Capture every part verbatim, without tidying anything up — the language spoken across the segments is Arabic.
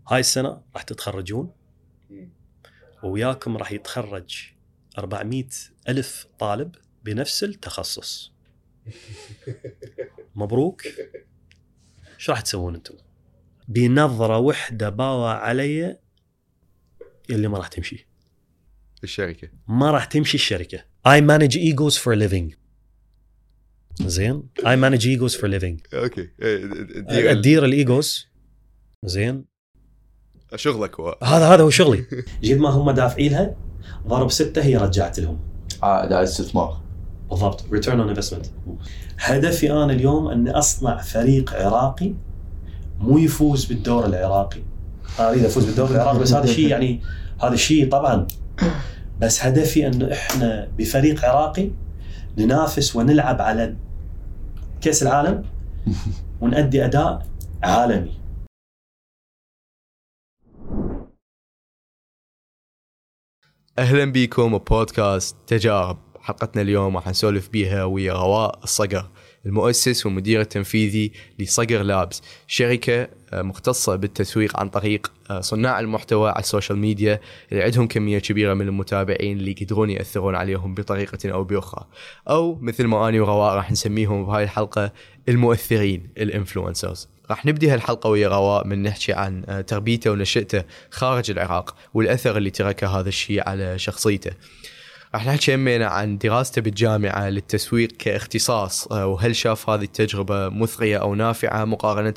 هاي السنة راح تتخرجون وياكم راح يتخرج أربعمائة ألف طالب بنفس التخصص. مبروك. شو راح تسوون انتم؟ بنظرة وحدة باوى علي اللي ما راح تمشي الشركة، ما راح تمشي الشركة. I manage egos for a living. زين. I manage egos for a living. اوكي. ادير الايجوز. زين. شغلك هو هذا هذا هو شغلي. جيد ما هم دافعينها ضرب ستة هي رجعت لهم عائد على الاستثمار. بالضبط. return on investment. هدفي أنا اليوم أن أصنع فريق عراقي مو يفوز بالدور العراقي. أنا أريد أفوز بالدور العراقي بس هذا الشيء يعني هذا الشيء طبعا، بس هدفي أنه إحنا بفريق عراقي ننافس ونلعب على كأس العالم ونؤدي أداء عالمي. أهلا بكم بودكاست تجارب. حلقتنا اليوم راح نسولف بيها ويا رواء الصقر، المؤسس والمدير التنفيذي لصقر لابس، شركة مختصة بالتسويق عن طريق صناع المحتوى على السوشيال ميديا اللي عندهم كمية كبيرة من المتابعين اللي يقدرون يأثرون عليهم بطريقة أو بأخرى، أو مثل ما أنا ورواء راح نسميهم بهاي الحلقة المؤثرين، الانفلونسرز. راح نبدي هالحلقة ويا رواء من نحكي عن تربيته ونشأته خارج العراق والأثر اللي تركه هذا الشيء على شخصيته. راح نحكي يمينا عن دراسته بالجامعة للتسويق كاختصاص، وهل شاف هذه التجربة مثرية أو نافعة مقارنة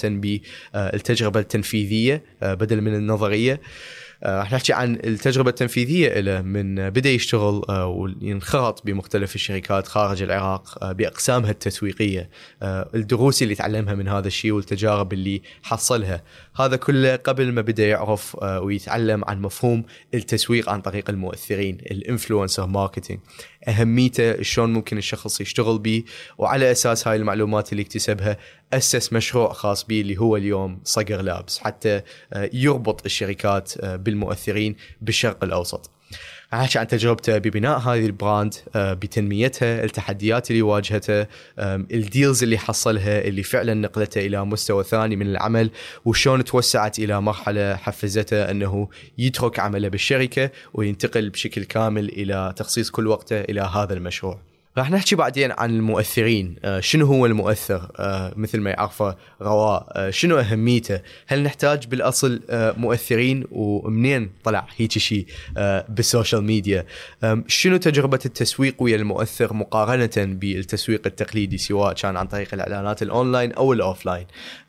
بالتجربة التنفيذية بدل من النظرية. راح نحكي عن التجربة التنفيذية له من بدأ يشتغل وينخرط بمختلف الشركات خارج العراق بأقسامها التسويقية، الدروس اللي تعلمها من هذا الشيء والتجارب اللي حصلها، هذا كله قبل ما بدأ يعرف ويتعلم عن مفهوم التسويق عن طريق المؤثرين، الانفلونسر ماركتينج، أهميته، شلون ممكن الشخص يشتغل به. وعلى أساس هاي المعلومات اللي اكتسبها أسس مشروع خاص به اللي هو اليوم صقر لابس، حتى يربط الشركات بالمؤثرين بالشرق الأوسط. أحكي عن تجربته ببناء هذه البراند، بتنميتها، التحديات اللي واجهتها، الديلز اللي حصلها اللي فعلا نقلته إلى مستوى ثاني من العمل، وشون توسعت إلى مرحلة حفزته أنه يترك عمله بالشركة وينتقل بشكل كامل إلى تخصيص كل وقته إلى هذا المشروع. راح نحكي بعدين عن المؤثرين. شنو هو المؤثر مثل ما يعرفه رواء؟ شنو أهميته؟ هل نحتاج بالأصل مؤثرين؟ ومنين طلع هيك شيء بالسوشيال ميديا؟ شنو تجربة التسويق ويا المؤثر مقارنة بالتسويق التقليدي سواء كان عن طريق الإعلانات الأونلاين أو الأوفلاين؟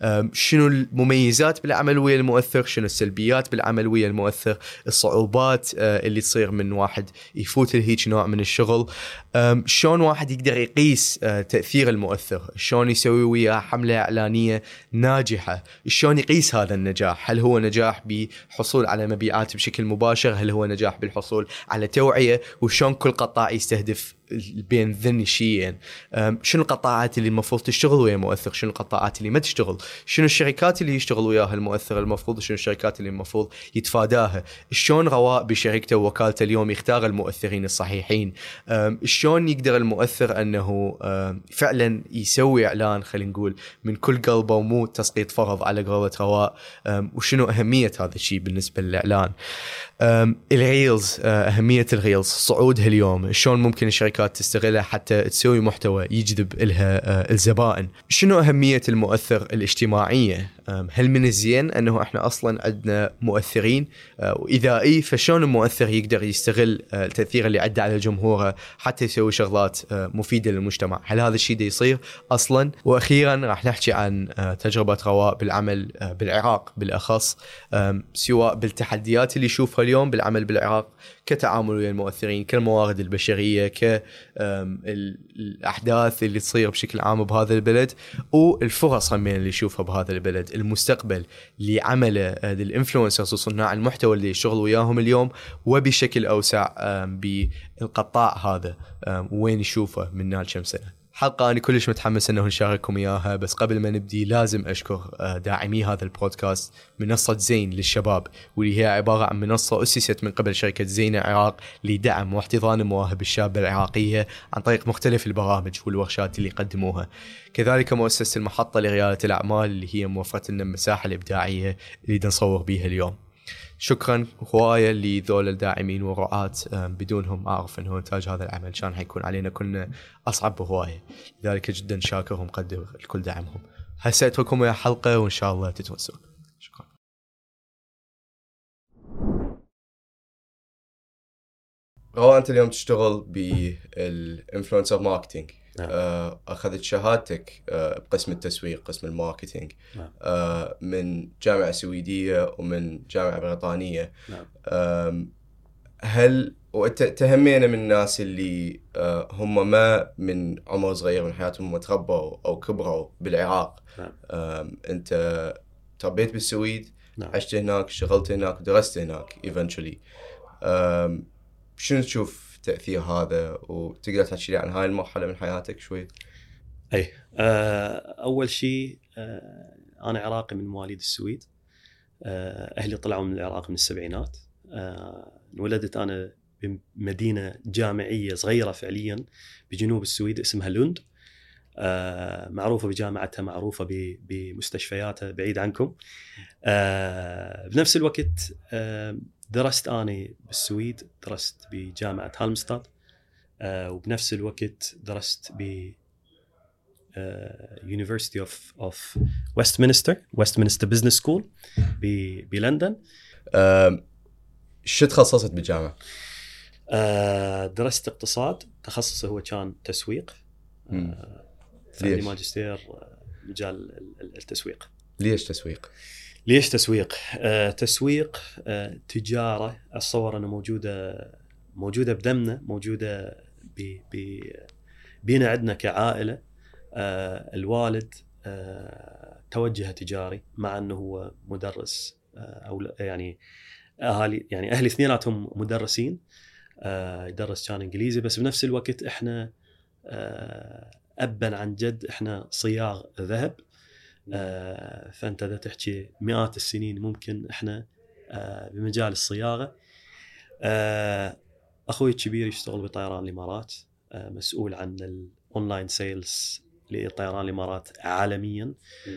شنو المميزات بالعمل ويا المؤثر؟ شنو السلبيات بالعمل ويا المؤثر؟ الصعوبات اللي تصير من واحد يفوت لهيك نوع من الشغل؟ شلون واحد يقدر يقيس تأثير المؤثر؟ شلون يسوي وياه حملة إعلانية ناجحة؟ شلون يقيس هذا النجاح؟ هل هو نجاح بحصول على مبيعات بشكل مباشر؟ هل هو نجاح بالحصول على توعية؟ وشلون كل قطاع يستهدف بين ذني الشيئين؟ شنو القطاعات اللي المفروض تشتغل ويا مؤثر؟ شنو القطاعات اللي ما تشتغل؟ شنو الشركات اللي يشتغل وياها المؤثر المفروض؟ شنو الشركات اللي المفروض يتفاداها؟ شلون رواء بشركته ووكالته اليوم يختار المؤثرين الصحيحين؟ شلون يقدر المؤثر أنه فعلا يسوي إعلان خلينا نقول من كل قلبه ومو تسقيط فرض على قولة رواء؟ وشنو أهمية هذا الشيء بالنسبة للإعلان؟ الريلز، أهمية الريلز، صعودها اليوم، شلون ممكن الشركات تستغلها حتى تسوي محتوى يجذب لها الزبائن؟ شنو أهمية المؤثر الاجتماعية؟ هل من الزين أنه إحنا أصلاً عندنا مؤثرين؟ وإذا إيه فشون المؤثر يقدر يستغل التأثير اللي عنده على جمهوره حتى يسوي شغلات مفيدة للمجتمع؟ هل هذا الشيء ده يصير أصلاً؟ وأخيراً راح نحكي عن تجربة رواء بالعمل بالعراق بالأخص، سواء بالتحديات اللي يشوفها اليوم بالعمل بالعراق كتعامل ويا المؤثرين، كالموارد البشرية، كالأحداث اللي تصير بشكل عام بهذا البلد، والفرص هم اللي يشوفها بهذا البلد، المستقبل لعمله للإنفلونسرز وصناع المحتوى اللي يشتغل وياهم اليوم، وبشكل أوسع بالقطاع هذا وين يشوفه من نال كم سنة. حلقة أنا كلش متحمس أنه نشارككم إياها. بس قبل ما نبدي لازم أشكر داعمي هذا البودكاست، منصة زين للشباب، واللي هي عبارة عن منصة أسست من قبل شركة زين العراق لدعم واحتضان المواهب الشابة العراقية عن طريق مختلف البرامج والورشات اللي يقدموها. كذلك مؤسسة المحطة لريادة الأعمال اللي هي موفرت لنا المساحة الإبداعية اللي نصور بيها اليوم. شكرا هواية لذول الداعمين والرعاة، بدونهم أعرف أنه إنتاج هذا العمل كان حيكون علينا كنا أصعب بهواية، لذلك جدا شاكر ومقدر لكل دعمهم. هسه أترككم يا حلقة وإن شاء الله تتوسون. شكرا. روان، أنت اليوم تشتغل بالإنفلونسر ماركتينج. نعم. أخذت شهادتك بقسم التسويق، قسم الماركتينج، نعم. من جامعة سويدية ومن جامعة بريطانية. نعم. هل وتهمينا من الناس اللي هم ما من عمر صغير من حياتهم تربوا أو كبروا بالعراق؟ نعم. أنت تربيت بالسويد، نعم. عشت هناك، اشتغلت هناك، درست هناك eventually. شنو تشوف تأثير هذا؟ وتقدر تحكي لي عن هاي المرحلة من حياتك شوي؟ أي أه أول شيء أه أنا عراقي من مواليد السويد. أه أهلي طلعوا من العراق من السبعينات. أه انولدت أنا بمدينة جامعية صغيرة فعليا بجنوب السويد اسمها لوند، أه معروفة بجامعتها، معروفة بمستشفياتها بعيد عنكم. أه بنفس الوقت أه درست أنا بالسويد، درست بجامعة هالمستاد، أه وبنفس الوقت درست ب University of of Westminster Westminster Business School بلندن. شو تخصصت بالجامعة؟ أه درست اقتصاد، تخصصي هو كان تسويق. أه عندي ماجستير مجال التسويق. ليش تسويق؟ ليش تسويق؟ أه تسويق أه تجارة، أتصور أنه موجودة موجودة بدمنا، موجودة ب ب بينا عندنا كعائلة. آه الوالد آه توجه تجاري، مع انه هو مدرس آه او يعني اهالي يعني اهلي اثنيناتهم مدرسين. آه يدرس كان انجليزي، بس بنفس الوقت احنا آه ابا عن جد احنا صياغ ذهب. آه فانت اذا تحكي مئات السنين ممكن احنا آه بمجال الصياغه. آه اخوي الكبير يشتغل بطيران الامارات، آه مسؤول عن الاونلاين سيلز لطيران الإمارات عالميا.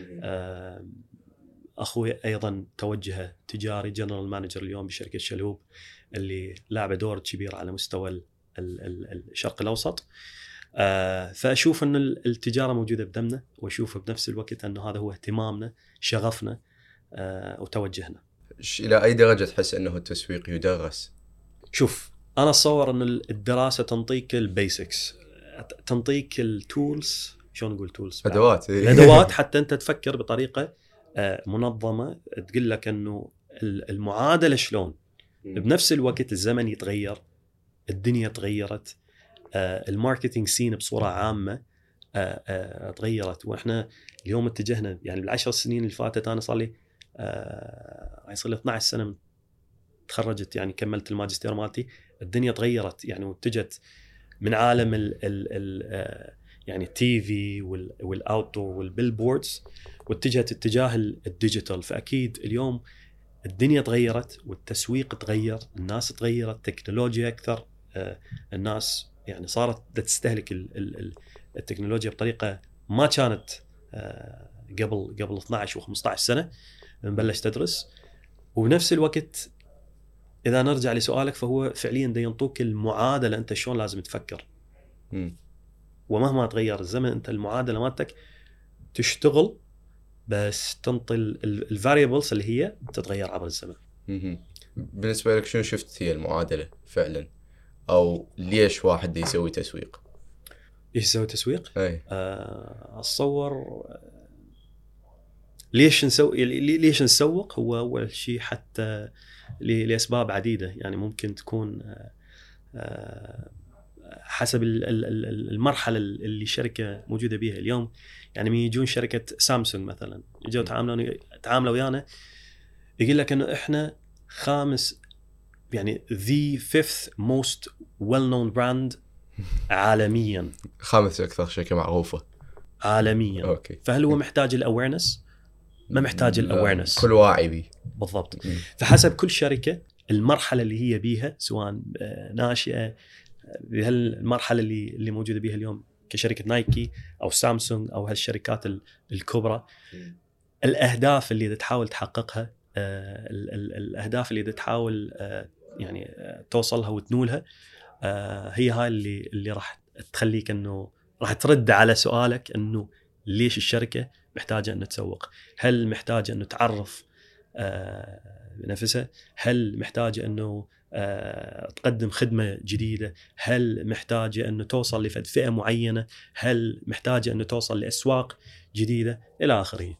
أخوي أيضا توجه تجاري، جنرال مانجر اليوم بشركة شلهوب اللي لعبة دور كبير على مستوى الشرق الأوسط. فأشوف أن التجارة موجودة بدمنا، وأشوف بنفس الوقت أنه هذا هو اهتمامنا، شغفنا وتوجهنا. إلى أي درجة تحس أنه التسويق يدرس؟ شوف، أنا أتصور أن الدراسة تنطيك البيسكس، تنطيك التولز، شلون نقول تولز؟ أدوات. الأدوات حتى أنت تفكر بطريقة منظمة، تقول لك أنه المعادلة شلون. بنفس الوقت الزمن يتغير، الدنيا تغيرت، الماركتينج سين بصورة عامة تغيرت. وإحنا اليوم اتجهنا يعني بالعشر سنين اللي فاتت، أنا صار لي يصير لي اثنعش سنة من تخرجت، يعني كملت الماجستير مالتي. الدنيا تغيرت يعني، واتجت من عالم ال ال ال يعني التي في والاوتدور والبيلبوردز، واتجهت اتجاه الديجيتال. فاكيد اليوم الدنيا تغيرت والتسويق تغير، الناس تغيرت، تكنولوجيا اكثر، الناس يعني صارت تستهلك التكنولوجيا بطريقه ما كانت قبل قبل اثنعش وخمسطعش سنه نبلش تدرس. وبنفس الوقت اذا نرجع لسؤالك، فهو فعليا دا ينطوك المعادله انت شلون لازم تفكر. م. ومهما تغير الزمن انت المعادله مالتك تشتغل، بس تنطي الفاريبلز اللي هي تتغير عبر الزمن. م- بالنسبه لك شنو شفت هي المعادله فعلا، او ليش واحد يسوي تسويق؟ ليش يسوي تسويق؟ اي آه، اتصور ليش نسوي ليش نسوق. هو اول شيء حتى لاسباب عديده، يعني ممكن تكون آه حسب المرحله اللي شركه موجوده بها اليوم. يعني من يجون شركه سامسونج مثلا، يجوا يتعاملون تعاملوا ويانا، يقول لك انه احنا خامس يعني the fifth most well known brand عالميا. خامس اكثر شركه معروفه عالميا. أوكي. فهل هو محتاج الاويرنس؟ ما محتاج الاويرنس، كل واعي بيه بالضبط. فحسب كل شركه المرحله اللي هي بيها، سواء ناشئه بهالمرحله اللي اللي موجوده بيها اليوم كشركه نايكي او سامسونج او هالشركات الكبرى، الاهداف اللي تحاول تحققها، الاهداف اللي تحاول يعني توصلها وتنولها، هي هاي اللي اللي راح تخليك انه راح ترد على سؤالك انه ليش الشركه محتاجه انه تسوق. هل محتاجه انه تعرف بنفسها؟ هل محتاجه انه تقدم خدمه جديده؟ هل محتاجه انه توصل لفئه معينه؟ هل محتاجه انه توصل لاسواق جديده الى اخره؟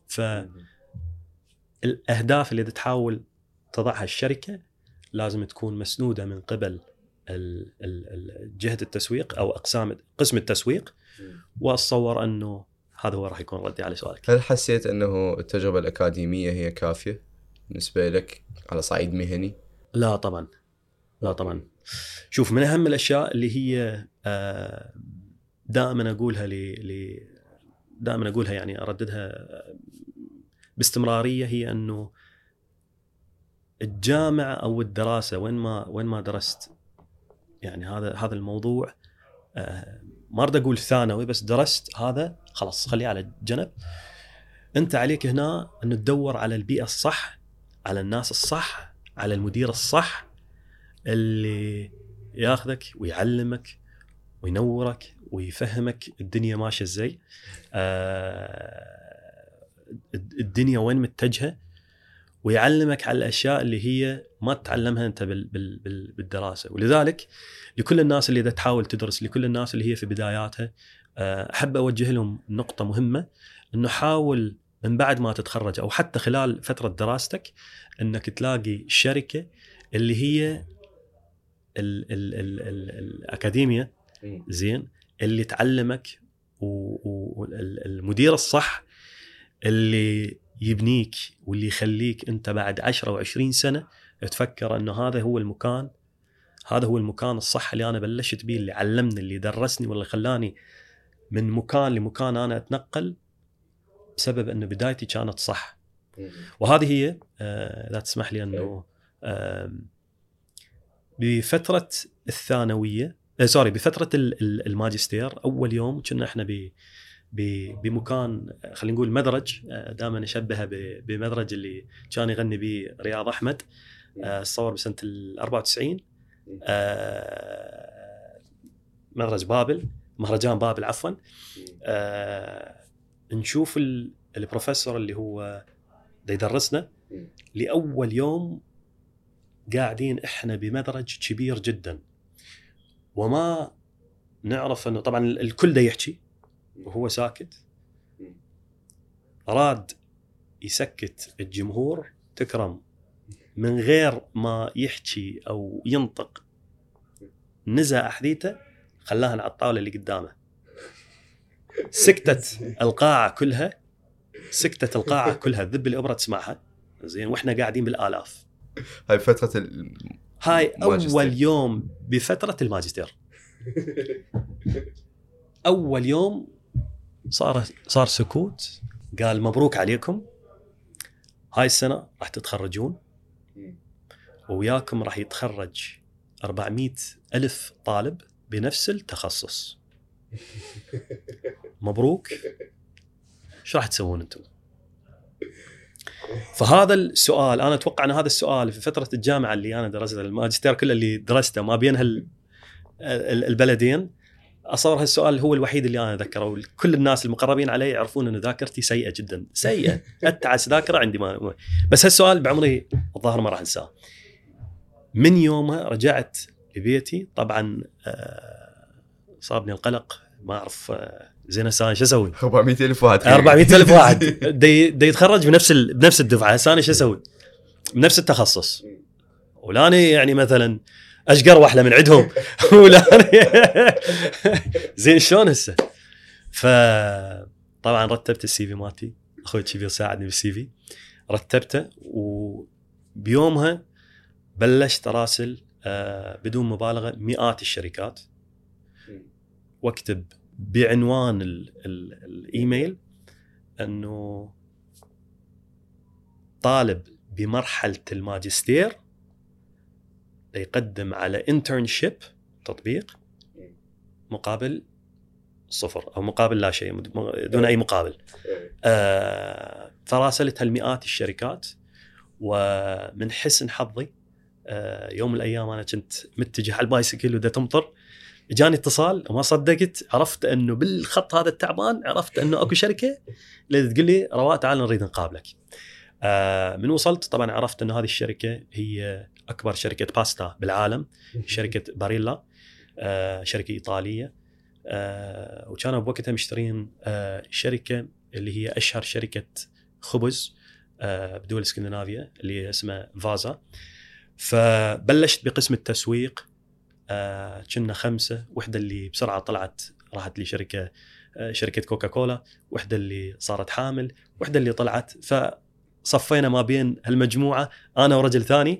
فالاهداف اللي تحاول تضعها الشركه لازم تكون مسنوده من قبل جهه التسويق او اقسام قسم التسويق، واتصور انه هذا هو راح يكون ردي على سؤالك. هل حسيت انه التجربه الاكاديميه هي كافيه بالنسبه لك على صعيد مهني؟ لا طبعا، لا طبعا. شوف، من اهم الاشياء اللي هي دائما اقولها ل دائما اقولها يعني ارددها باستمراريه، هي انه الجامعه او الدراسه وين ما وين ما درست، يعني هذا هذا الموضوع ما اريد اقول ثانوي، بس درست هذا خلاص خليه على جنب. انت عليك هنا انه تدور على البيئه الصح، على الناس الصح، على المدير الصح اللي ياخذك ويعلمك وينورك ويفهمك الدنيا ماشيه ازاي، الدنيا وين متجهه، ويعلمك على الاشياء اللي هي ما تتعلمها انت بالدراسه. ولذلك لكل الناس اللي تحاول تدرس، لكل الناس اللي هي في بداياتها، احب اوجه لهم نقطه مهمه، انه حاول من بعد ما تتخرج او حتى خلال فتره دراستك انك تلاقي شركه اللي هي ال ال ال ال الاكاديميه زين، اللي تعلمك، والمدير الصح اللي يبنيك واللي يخليك انت بعد عشرة وعشرين سنه تفكر انه هذا هو المكان، هذا هو المكان الصح اللي انا بلشت بيه، اللي علمني، اللي درسني، واللي خلاني من مكان لمكان انا اتنقل بسبب انه بدايتي كانت صح. وهذه هي اذا تسمح لي انه بفتره الثانويه آه سوري بفتره الماجستير، اول يوم كنا احنا ب بمكان خلينا نقول مدرج، دائما نشبهه بمدرج اللي كان يغني به رياض احمد، صور بسنه الأربعة وتسعين، مدرج بابل، مهرجان بابل عفوا. نشوف البروفيسور اللي هو يدرسنا لاول يوم قاعدين احنا بمدرج كبير جدا، وما نعرف انه طبعا الكل ده يحكي وهو ساكت. أراد يسكت الجمهور تكرم من غير ما يحكي أو ينطق، نزع أحذيته خلاها على الطاولة اللي قدامه، سكتت القاعة كلها، سكتت القاعة كلها، ذب الإبرة تسمعها زين، وإحنا قاعدين بالآلاف. هاي فترة ال... هاي أول يوم بفترة الماجستير. أول يوم صار صار سكوت، قال مبروك عليكم، هاي السنة راح تتخرجون، وياكم راح يتخرج أربعمائة ألف طالب بنفس التخصص. مبروك، شو راح تسوون أنتم؟ فهذا السؤال أنا أتوقع أن هذا السؤال في فترة الجامعة اللي أنا درستها، الماجستير كله اللي درسته ما بين هالبلدين، أصور هالسؤال هو الوحيد اللي أنا أذكره، وكل الناس المقربين علي يعرفون أن ذاكرتي سيئة جدا، سيئة، أتعس ذاكرة عندي ما. بس هالسؤال بعمري الظاهر ما راح أنساه. من يومها رجعت لبيتي، طبعا صابني القلق، ما أعرف زين هسه شو أسوي. أربعمائة ألف واحد أربعمائة ألف واحد دي, دي يتخرج بنفس ال... بنفس الدفعة، هسه أنا شو أسوي بنفس التخصص، ولاني يعني مثلا أشقر واحدة من عندهم ولاني زين شلون هسه. فطبعا رتبت السي في مالتي، أخوي كبير ساعدني بالسي في، رتبته، وبيومها بلشت راسل بدون مبالغة مئات الشركات، واكتب بعنوان ال ال الايميل انه طالب بمرحله الماجستير يقدم على انترنشيب تطبيق مقابل صفر او مقابل لا شيء، دون اي مقابل. آه فراسلتها المئات الشركات، ومن حسن حظي آه يوم من الايام انا كنت متجه على البايسكل ودا تمطر، جاني اتصال وما صدقت، عرفت انه بالخط هذا التعبان عرفت انه اكو شركه اللي تقول لي رواء تعال نريد نقابلك. آه من وصلت طبعا عرفت انه هذه الشركه هي اكبر شركه باستا بالعالم، شركه باريلا، آه شركه ايطاليه، آه وكانوا بوقتها مشترين آه شركه اللي هي اشهر شركه خبز آه بدول اسكندنافيا اللي اسمها فازا. فبلشت بقسم التسويق، آه كنا خمسه، وحده اللي بسرعه طلعت راحت لي شركه آه شركه كوكاكولا، وحده اللي صارت حامل، وحده اللي طلعت، فصفينا ما بين هالمجموعه انا ورجل ثاني.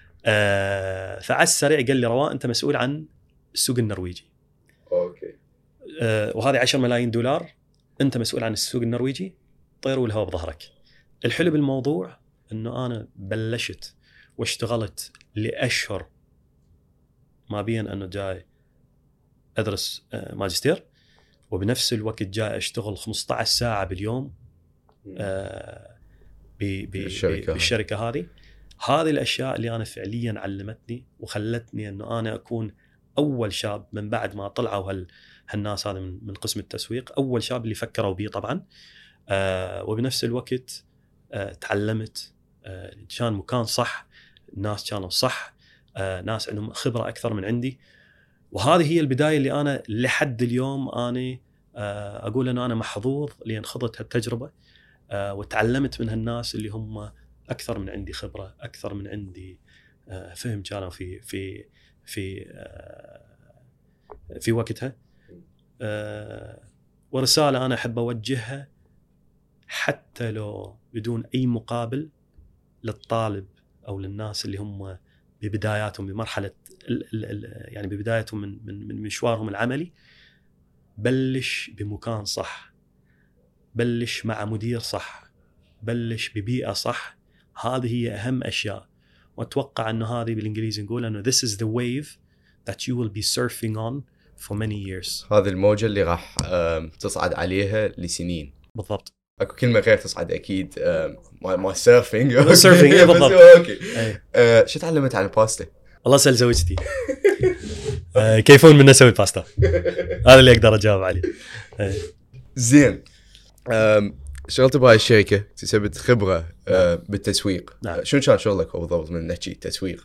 آه فعلى السريع قال لي رواء انت مسؤول عن السوق النرويجي. اوكي. آه وهذه عشرة ملايين دولار، انت مسؤول عن السوق النرويجي، طير والهواء بظهرك. الحلو بالموضوع انه انا بلشت واشتغلت لاشهر ما بين انه جاي ادرس آه ماجستير، وبنفس الوقت جاي اشتغل خمسة عشر ساعه باليوم آه بالشركه, بالشركة هذه. هذه الاشياء اللي انا فعليا علمتني وخلتني انه انا اكون اول شاب من بعد ما طلعوا هال هالناس هذا من, من قسم التسويق، اول شاب اللي فكروا بيه طبعا. آه وبنفس الوقت آه تعلمت، آه كان مكان صح، الناس كانوا صح، آه ناس عندهم خبره اكثر من عندي. وهذه هي البدايه اللي انا لحد اليوم انا آه اقول انه انا محظوظ لان خضت هالتجربه آه وتعلمت من هالناس اللي هم اكثر من عندي خبره، اكثر من عندي آه فهم كانوا في في في آه في وقتها. آه ورساله انا احب اوجهها حتى لو بدون اي مقابل للطالب او للناس اللي هم ببداياتهم بمرحله ال ال يعني ببدايتهم من من من مشوارهم العملي. بلش بمكان صح، بلش مع مدير صح، بلش ببيئه صح. هذه هي اهم اشياء، واتوقع انه هذه بالانجليزي نقول انه this is the wave that you will be surfing on for many years. هذه الموجه اللي راح تصعد عليها لسنين. بالضبط. اكو كلمه غير تصعد اكيد ما ما سيرفينج. سيرفينج بالضبط. اوكي. أه شو تعلمت عن الباستا؟ الله سأل زوجتي أه كيفون من نسوي باستا، هذا اللي اقدر اجاوب عليه. أه. زين. اشتغلت بهاي الشركه، اكتسبت خبره أه بالتسويق. نعم. شنو كان شغلك بالضبط من نحكي تسويق؟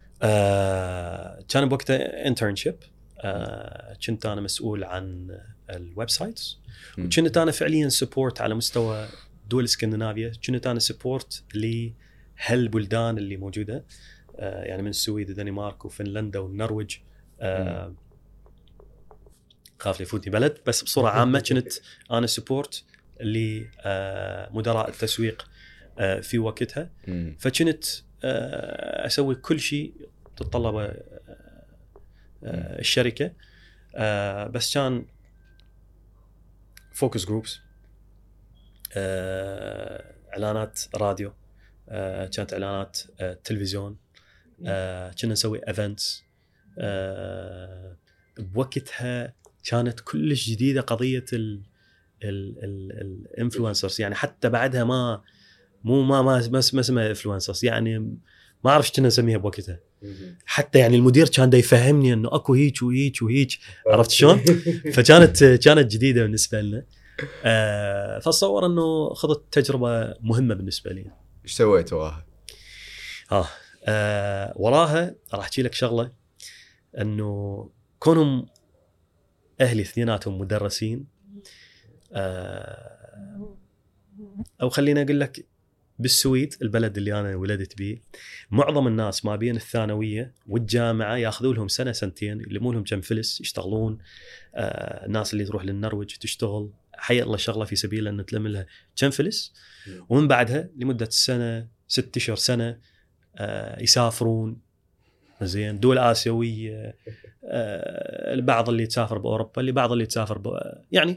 أه كان بوقتها انترنشيب. أه كنت انا مسؤول عن الويب سايتس، وكنت انا فعليا سبورت على مستوى دول اسكندنافيا. كنت انا سبورت لهالبلدان اللي موجوده آه يعني من السويد ودنمارك وفنلندا والنرويج. آه خاف لي يفوتني بلد، بس بصوره عامه كنت انا سبورت لمدراء التسويق آه في وقتها. فكنت آه اسوي كل شيء تتطلبه آه آه الشركه. آه بس كان فوكس جروبس، آه، اعلانات راديو، آه، كانت اعلانات آه، تلفزيون، آه، كنا نسوي ايفنتس. آه، بوقتها كانت كلش جديده قضيه الانفلونسرز، يعني حتى بعدها ما مو ما ما ما اسمها انفلونسرز، يعني ما اعرف ايش كنا نسميها بوقتها. حتى يعني المدير كان دا يفهمني انه اكو هيك وهيك وهيك، عرفت شلون؟ فكانت كانت جديده بالنسبه لنا. آه فاتصور انه خذت تجربه مهمه بالنسبه لي. ايش سويت وراها؟ اه, آه وراها راح احكي لك شغله، انه كونهم اهلي اثنيناتهم مدرسين، آه او خلينا اقول لك بالسويد البلد اللي انا ولدت به، معظم الناس ما بين الثانويه والجامعه ياخذوا لهم سنه سنتين يلموا لهم كم فلس يشتغلون. آه الناس اللي تروح للنرويج تشتغل حي الله شغله في سبيل ان تلم لها كم فلس، ومن بعدها لمده سنه ست اشهر سنه آه يسافرون زين دول آسيوية، البعض اللي تسافر بأوروبا، اللي بعض اللي تسافر ب... يعني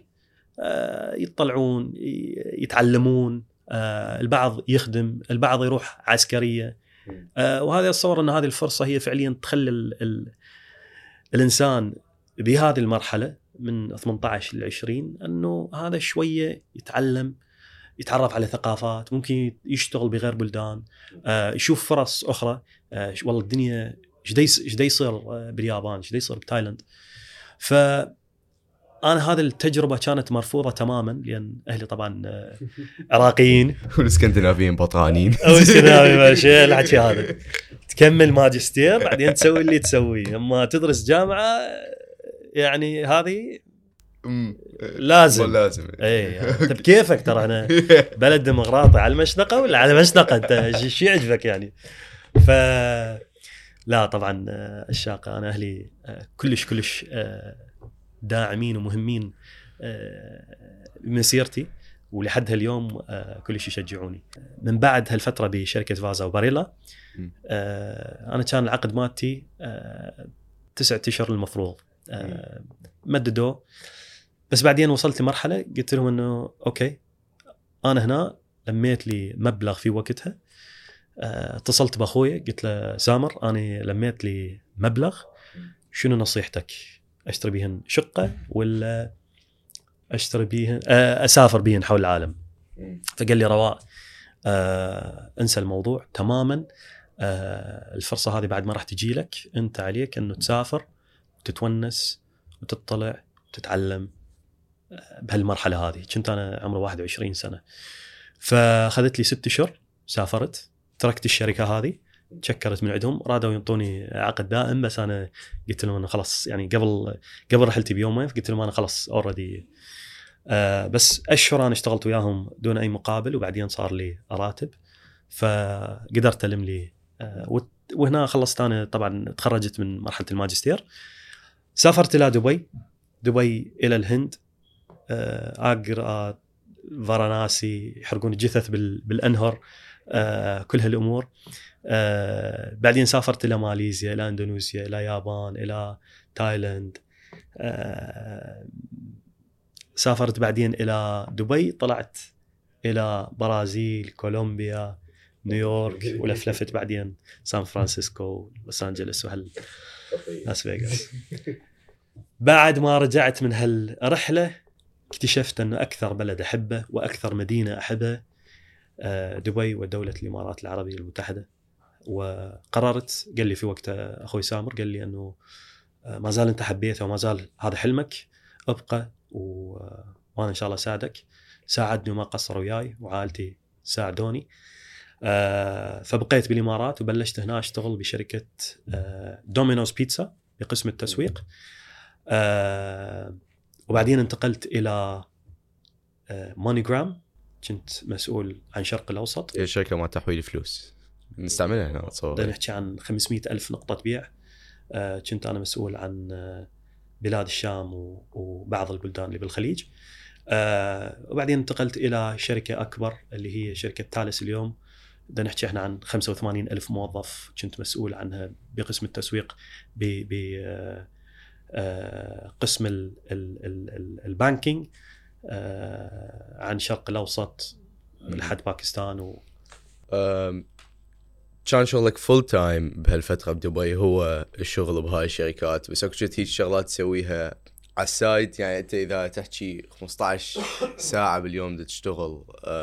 يطلعون يتعلمون، البعض يخدم، البعض يروح عسكرية. وهذا أتصور أن هذه الفرصة هي فعليا تخلي ال... ال... الإنسان بهذه المرحلة من ثمانية عشر ل عشرين أنه هذا شوية يتعلم، يتعرف على ثقافات، ممكن يشتغل بغير بلدان، يشوف فرص أخرى. والله الدنيا ايش دا يصير باليابان، ايش دا يصير بتايلاند. فأنا هذه التجربة كانت مرفوضة تماما، لأن أهلي طبعا عراقيين والاسكندنافيين بطرانين. والاسكندنافيين ماشي الحكي هذا، تكمل ماجستير بعدين تسوي اللي تسويه، اما تدرس جامعة يعني هذه لازم لازم اي انت بكيفك. ترى انا بلد ديمقراطي على المشنقه ولا على مشنقه، انت شو يعجبك يعني. ف لا طبعا الشاقه انا اهلي كلش كلش داعمين ومهمين بمسيرتي، ولحد هاليوم كلش يشجعوني. من بعد هالفتره بشركه فازا وباريلا انا كان العقد مالتي تسعة اشهر المفروض، مددوا، بس بعدين وصلت لمرحلة قلت لهم أنه أوكي أنا هنا لميت لي مبلغ في وقتها. اتصلت بأخوي قلت له سامر أنا لميت لي مبلغ، شنو نصيحتك؟ أشتري بيهن شقة ولا أشتري بيهن أسافر بيهن حول العالم؟ فقال لي رواء انسى الموضوع تماما، الفرصة هذه بعد ما راح تجي لك، أنت عليك أنه تسافر وتتونس وتطلع وتتعلم بهالمرحلة هذه. كنت أنا عمري واحد وعشرين سنة، فأخذت لي ست أشهر سافرت، تركت الشركة هذه، تشكرت من عندهم، رادوا ينطوني عقد دائم، بس أنا قلت لهم أنا خلاص يعني قبل قبل رحلتي بيومين، قلت لهم أنا خلاص أوردي. آه بس أشهر أنا اشتغلت وياهم دون أي مقابل، وبعدين صار لي راتب فقدرت ألم لي. آه وهنا خلصت أنا طبعا تخرجت من مرحلة الماجستير، سافرت إلى دبي دبي إلى الهند، آجرا فاراناسي يحرقون الجثث بالأنهر، كل هالأمور. بعدين سافرت إلى ماليزيا، إلى إندونيسيا، إلى يابان، إلى تايلاند. سافرت بعدين إلى دبي، طلعت إلى برازيل، كولومبيا، نيويورك، ولفلفت بعدين سان فرانسيسكو، لوس أنجلس، وهال لاس فيغاس. بعد ما رجعت من هالرحلة اكتشفت أن أكثر بلد أحبه وأكثر مدينة أحبها دبي ودولة الإمارات العربية المتحدة. وقررت، قال لي في وقت أخوي سامر، قال لي أنه ما زال أنت حبيته وما زال هذا حلمك، أبقى و... وأنا إن شاء الله ساعدك. ساعدني وما قصر وياي، وعائلتي ساعدوني. فبقيت بالإمارات وبلشت هنا أشتغل بشركة دومينوز بيتزا بقسم التسويق. وبعدين انتقلت إلى مونيجرام، كنت مسؤول عن شرق الأوسط. هي شركة مع تحويل فلوس نستعملها هنا، أتصور نحكي عن خمسمائة ألف نقطة بيع. كنت أنا مسؤول عن بلاد الشام وبعض البلدان اللي بالخليج. وبعدين انتقلت إلى شركة أكبر اللي هي شركة ثالث اليوم، بدنا نحكي احنا عن خمسة وثمانين ألف موظف، كنت مسؤول عنها بقسم التسويق ب قسم البانكينج عن شرق الأوسط لحد باكستان. و كان شغلك فول تايم بهالفترة بدبي هو الشغل بهاي الشركات، بس اكو هيك شغلات تسويها على السايد؟ يعني انت اذا تحكي خمسة عشر ساعة باليوم تشتغل،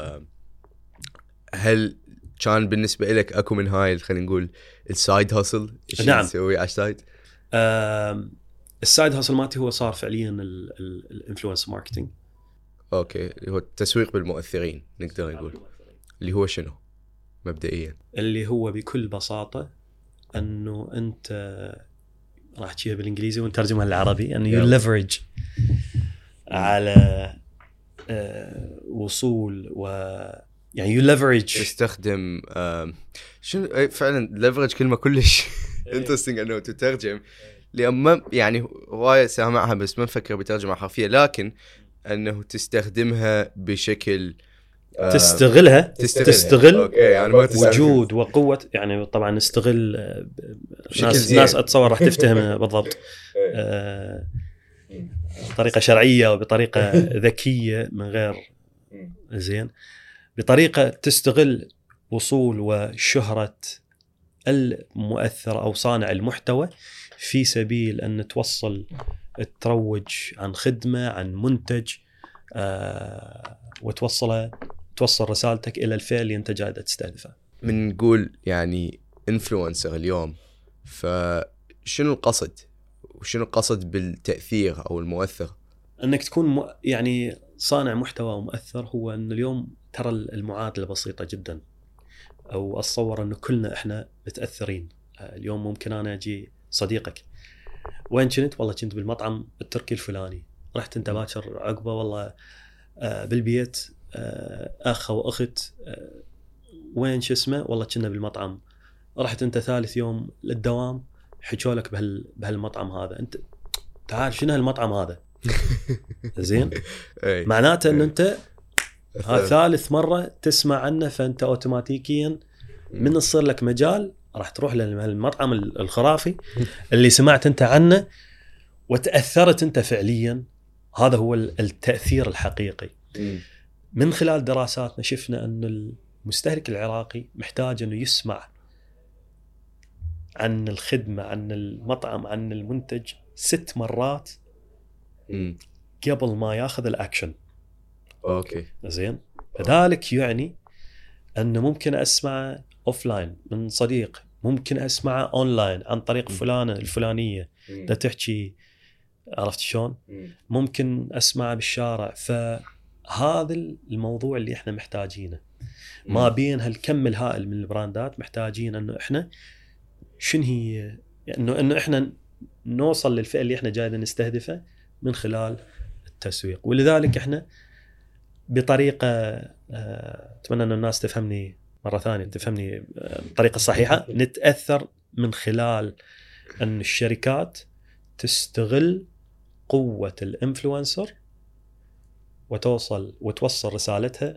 هل كان بالنسبة لك اكو من هاي خلينا نقول السايد هاسل نعم تسوي على السايد؟ السايد هاسل مالتي هو صار فعليا الانفلونس ماركتينج. اوكي، هو التسويق بالمؤثرين نقدر نقول، اللي هو شنو مبدئيا؟ اللي هو بكل بساطة انه انت راح تحكيها بالانجليزي ونترجمها للعربي، انه يو ليفرج على وصول و يعني يو ليفرج تستخدم شنو فعلا ليفرج، كلمة كلش انترستينج انه تترجم، لأن يعني هواية سامعها بس ما نفكر بترجمة حرفية، لكن أنه تستخدمها بشكل تستغلها تستغل, تستغل أوكي. يعني ما تستغل. وجود وقوة، يعني طبعا نستغل ناس زين. ناس أتصور راح تفتهم بالضبط آه بطريقة شرعية وبطريقة ذكية من غير زين، بطريقة تستغل وصول وشهرة المؤثر أو صانع المحتوى في سبيل أن توصل تروج عن خدمة عن منتج آه وتوصله توصل رسالتك إلى الفئة اللي أنت جاي تستهدفها. من نقول يعني إنفلونسر اليوم، فشنو القصد وشنو القصد بالتأثير أو المؤثر؟ أنك تكون م... يعني صانع محتوى ومؤثر. هو أن اليوم ترى المعادلة بسيطة جدا، أو أتصور أنه كلنا إحنا متأثرين. اليوم ممكن أنا أجي صديقك، وين كنت؟ والله كنت بالمطعم التركي الفلاني. رحت أنت باكر عقبه والله بالبيت أخ أو أخت وين شو اسمه؟ والله كنا بالمطعم. رحت أنت ثالث يوم للدوام حكوا لك بهال بهالمطعم هذا. أنت تعال شنو هالمطعم هذا؟ زين معناته أن أنت هذا ثالث مرة تسمع عنه، فأنت أوتوماتيكيا من يصير لك مجال راح تروح للمطعم الخرافي اللي سمعت أنت عنه وتأثرت أنت فعليا. هذا هو التأثير الحقيقي. من خلال دراساتنا شفنا أن المستهلك العراقي محتاج أنه يسمع عن الخدمة عن المطعم عن المنتج ست مرات قبل ما ياخذ الأكشن. أوكي زين، فذلك يعني أنه ممكن أسمع أوفلاين من صديق، ممكن أسمع أونلاين عن طريق فلانة الفلانية دا تحكي، عرفت شلون؟ ممكن أسمع بالشارع. فهذا الموضوع اللي إحنا محتاجينه ما بين هالكم الهائل من البراندات. محتاجين أنه إحنا شنو هي إنه إنه إحنا نوصل للفئة اللي إحنا جايين نستهدفها من خلال التسويق. ولذلك إحنا بطريقة أتمنى أن الناس تفهمني مرة ثانية تفهمني بطريقة صحيحة، نتأثر من خلال أن الشركات تستغل قوة الإنفلونسر وتوصل وتوصل رسالتها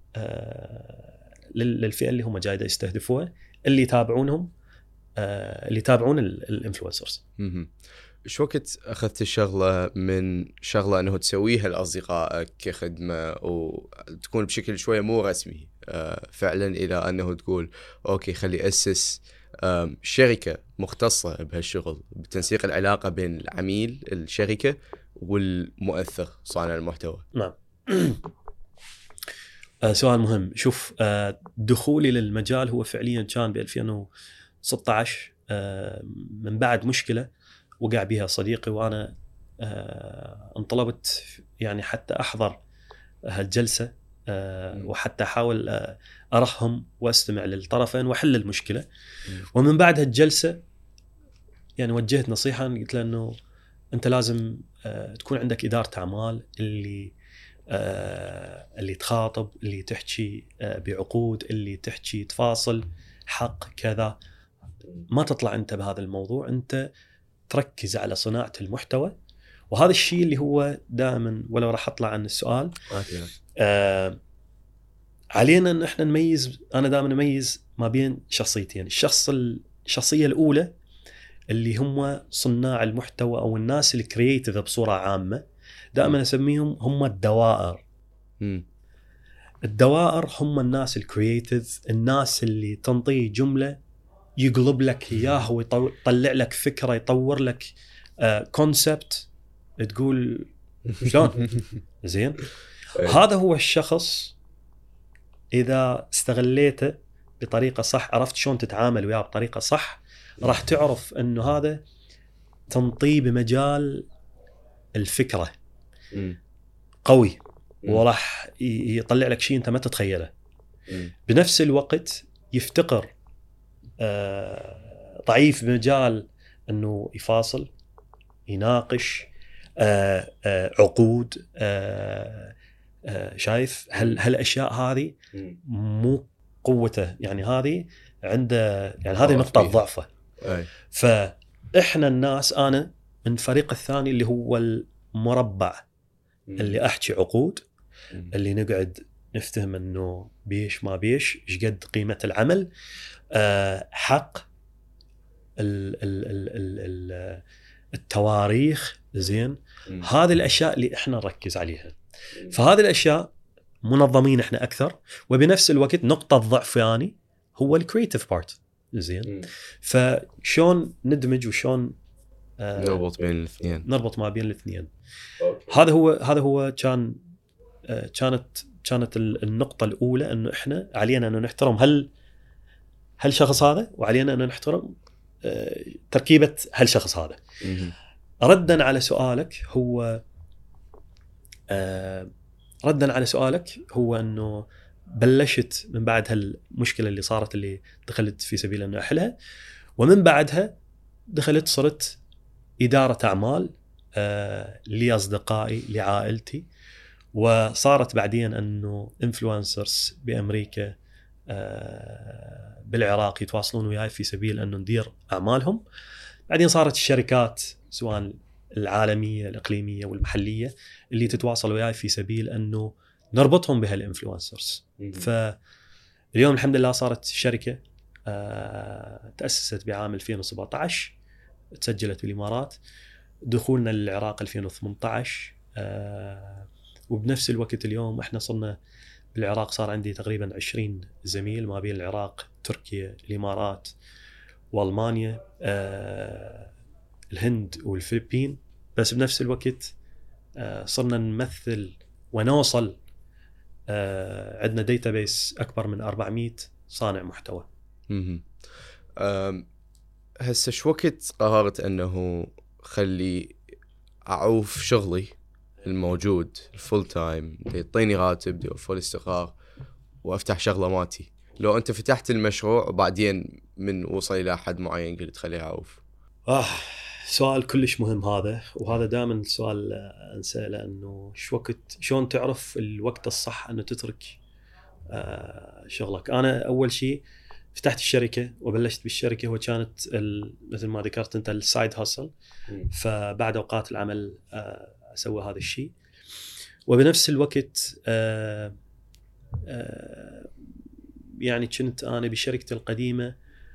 للفئة اللي هم جايين يستهدفوها، اللي يتابعونهم اللي يتابعون الإنفلونسرز. إيش وقت أخذت الشغلة من شغلة أنه تسويها لأصدقائك كخدمة وتكون بشكل شوية مو رسمي فعلا إلى أنه تقول أوكي خلي أسس شركة مختصة بهالشغل بتنسيق العلاقة بين العميل الشركة والمؤثر صانع المحتوى؟ نعم. سؤال مهم. شوف، دخولي للمجال هو فعليا كان ب ألفين وستة عشر من بعد مشكلة وقع بها صديقي، وأنا انطلبت يعني حتى أحضر هالجلسة وحتى أحاول أرهم واستمع للطرفين وحل المشكلة. ومن بعد هالجلسة يعني وجهت نصيحة، قلت له أنه أنت لازم تكون عندك إدارة أعمال اللي اللي تخاطب، اللي تحكي بعقود، اللي تحكي تفاصل حق كذا. ما تطلع أنت بهذا الموضوع، أنت تركز على صناعة المحتوى. وهذا الشيء اللي هو دائما، ولو راح أطلع عن السؤال، آه علينا أن احنا نميز. أنا دائما نميز ما بين شخصيتين. الشخص الشخصية الأولى اللي هم صناع المحتوى أو الناس الكرياتيف بصورة عامة، دائما أسميهم هم الدوائر. م. الدوائر هم الناس الكرياتيف، الناس اللي تنطي جملة يقلب لك إياه ويطلع لك فكرة، يطور لك كونسبت آه تقول شلون. زين، هذا هو الشخص إذا استغليته بطريقة صح، عرفت شلون تتعامل وياه بطريقة صح، راح تعرف أنه هذا تنطيه بمجال الفكرة قوي، وراح يطلع لك شيء أنت ما تتخيله. بنفس الوقت يفتقر آه ضعيف بمجال أنه يفاصل، يناقش آه آه عقود، آه آه شايف هل هالأشياء هذه مو قوته، يعني هذه عنده، يعني هذه نقطة ضعفه. فإحنا الناس، أنا من الفريق الثاني اللي هو المربع، اللي أحكي عقود، اللي نقعد نفتهم انه بيش ما بيش ايش قد قيمه العمل، أه حق ال ال ال ال ال التواريخ، زين. هذه الاشياء اللي احنا نركز عليها. فهذه الاشياء منظمين احنا اكثر، وبنفس الوقت نقطه ضعف يعني هو الكرييتيف بارت، زين. فشون ندمج وشون آه نربط بين الاثنين، نربط ما بين الاثنين. هذا هو هذا هو كان آه كانت كانت النقطه الاولى، انه احنا علينا انه نحترم هل هالشخص هذا، وعلينا انه نحترم آه تركيبه هالشخص هذا. ردا على سؤالك هو آه ردا على سؤالك هو انه بلشت من بعد هالمشكله اللي صارت، اللي دخلت في سبيل انه احلها، ومن بعدها دخلت صرت اداره اعمال آه لاصدقائي لعائلتي، وصارت بعدين انه انفلونسرز بامريكا آه بالعراق يتواصلون وياي في سبيل انه ندير اعمالهم. بعدين صارت الشركات سواء العالميه الاقليميه والمحليه اللي تتواصل وياي في سبيل انه نربطهم بهالانفلونسرز. فاليوم الحمد لله صارت شركه آه تاسست بعام ألفين وسبعة عشر، تسجلت بالامارات، دخولنا للعراق ألفين وثمانية عشر، آه وبنفس الوقت اليوم احنا صرنا بالعراق صار عندي تقريبا عشرين زميل ما بين العراق، تركيا، الامارات، والمانيا، آه الهند والفلبين. بس بنفس الوقت آه صرنا نمثل ونوصل آه عندنا ديتابيس اكبر من أربعمية صانع محتوى. امم هسه شو وقت قررت انه خلي اعوف شغلي الموجود الفول تايم يعطيني راتب دي فول استقرار وافتح شغله ماتي؟ لو انت فتحت المشروع وبعدين من وصل الى حد معين قلت خليها اعوف. اه سؤال كلش مهم هذا، وهذا دائما السؤال انسأله، لانه شو وقت شلون تعرف الوقت الصح انه تترك آه شغلك. انا اول شيء فتحت الشركه وبلشت بالشركه، وكانت مثل ما ذكرت انت السايد هاسل، فبعد اوقات العمل آه اسوي هذا الشيء. وبنفس الوقت آه آه يعني كنت انا بشركتي القديمه